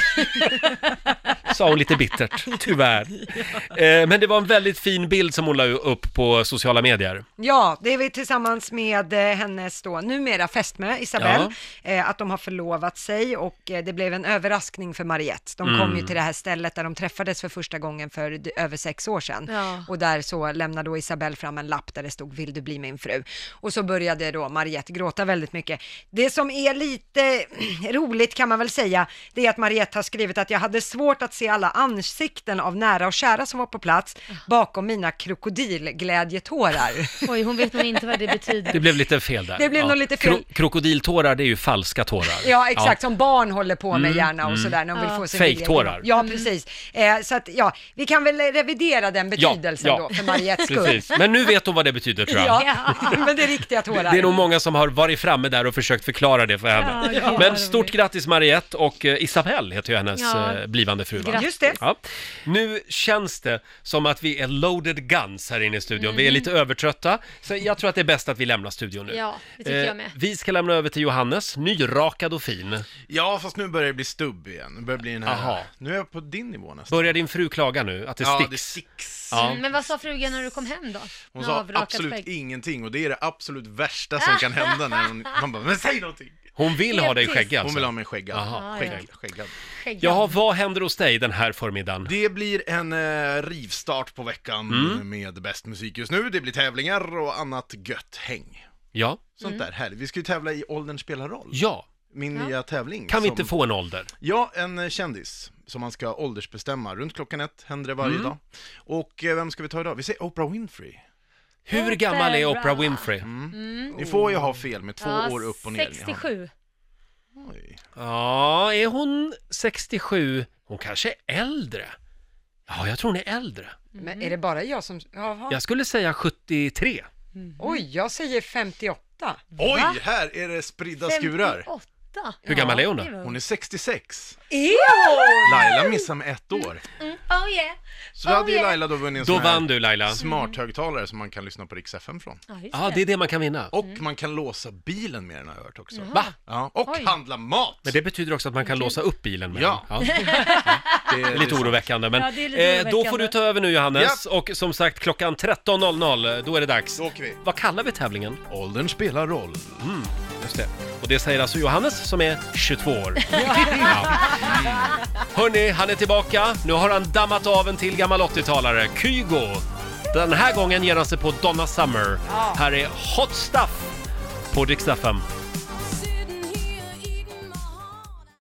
sa hon lite bittert, tyvärr. Eh, men det var en väldigt fin bild som hon la upp på sociala medier. Ja, det är vi tillsammans med eh, hennes då numera fästmö Isabelle, eh, att de har förlovat sig och eh, det blev en överraskning för Mariette. De kom Mm. ju till det här stället där de träffades för första gången för d- över sex år sedan. Ja. Och där så lämnade då Isabelle fram en lapp där det stod "Vill du bli min fru?" Och så började då Mariette gråta väldigt mycket. Det som är lite roligt kan man väl säga, det är att Mariette har skrivit att jag hade svårt att se alla ansikten av nära och kära som var på plats bakom mina krokodilglädjetårar. Oj, hon vet nog inte vad det betyder. Det blev lite fel där. Det blev nog lite fel. Kro- krokodiltårar, det är ju falska tårar. Ja, exakt, som barn håller på med Mm, gärna och mm. sådär när de vill Ja. få sin Fake-tårar. vilja. Ja, precis. Eh, så att, ja, vi kan väl revidera den betydelsen Ja, ja. då för Mariettes skull. Precis. Men nu vet hon vad det betyder, tror jag. Ja, men det är riktiga tårar. Det är nog många som har varit framme där och försökt förklara det för henne. Ja, ja, Men vad stort roligt. grattis Mariette, och eh, Isabelle heter ju hennes Ja. eh, blivande fru, va? Grattis. Just det. Ja. Nu känns det som att vi är loaded guns här inne i studion. Vi är lite övertrötta, så jag tror att det är bäst att vi lämnar studion nu. Mm. Ja, det tycker Eh, jag med. Vi ska lämna över till Johannes, nyrakad och fin. Ja, fast nu börjar det bli stubb igen. Nu börjar det bli den här... Aha. Nu är jag på din nivå nästan. Börjar din fru klaga nu, att det Ja, sticks? det sticks. Ja. Mm, men vad sa frugan när du kom hem då? Hon Med sa avrakat absolut skägg. ingenting, och det är det absolut värsta som kan hända när hon... Man bara, men säg någonting! Hon vill ha dig Helt skäggig alltså? Hon vill ha mig skäggad. Jaha, Ja, ja. Skägg, skäggad. Skägg. Jaha, vad händer hos dig den här förmiddagen? Det blir en eh, rivstart på veckan Mm. med bäst musik just nu. Det blir tävlingar och annat gött häng. Ja, Sånt där härligt. Vi ska ju tävla i Åldern spelar roll. ja. Min Ja. nya tävling. Kan vi som- inte få en ålder? Ja, en eh, kändis som man ska åldersbestämma. Runt klockan ett händer det varje Mm. dag. Och eh, vem ska vi ta idag? Vi säger Oprah Winfrey. Hur gammal är Oprah Winfrey? Mm. Ni får ju ha fel med två Ja, år upp och ner. sextiosju. Oj. Ja, är hon sextiosju? Hon kanske är äldre. Ja, jag tror hon är äldre. Men är det bara jag som... Jaha. Jag skulle säga sjuttiotre. Oj, jag säger femtioåtta. Oj, Va? här är det spridda skurar. femtioåtta. Hur gammal är hon då? det var- Hon är sextiosex. Ew! Laila missar med ett år. Mm, oh yeah. Så då hade ju yeah. Laila då vunnit en Då sån här vann du, Laila. smart högtalare som man kan lyssna på Rix F M från. Ja, just Ja, det är det man kan vinna. Och man kan låsa bilen med den, har jag hört också. Va? Ja, och Oj. handla mat! Men det betyder också att man kan låsa upp bilen med Ja. den. Ja. Det är Lite oroväckande, men Ja, det är lite eh, då oroväckande. får du ta över nu, Johannes. Och som sagt, klockan tretton noll noll, då är det dags. Då åker vi. Vad kallar vi tävlingen? Åldern spelar roll. Mm, just det. Och det säger alltså Johannes som är tjugotvå år. Ja. Hörrni, han är tillbaka. Nu har han dammat av en till gammal åttiotalare, Kygo. Den här gången ger han sig på Donna Summer. Här är Hot Stuff på Rix F M.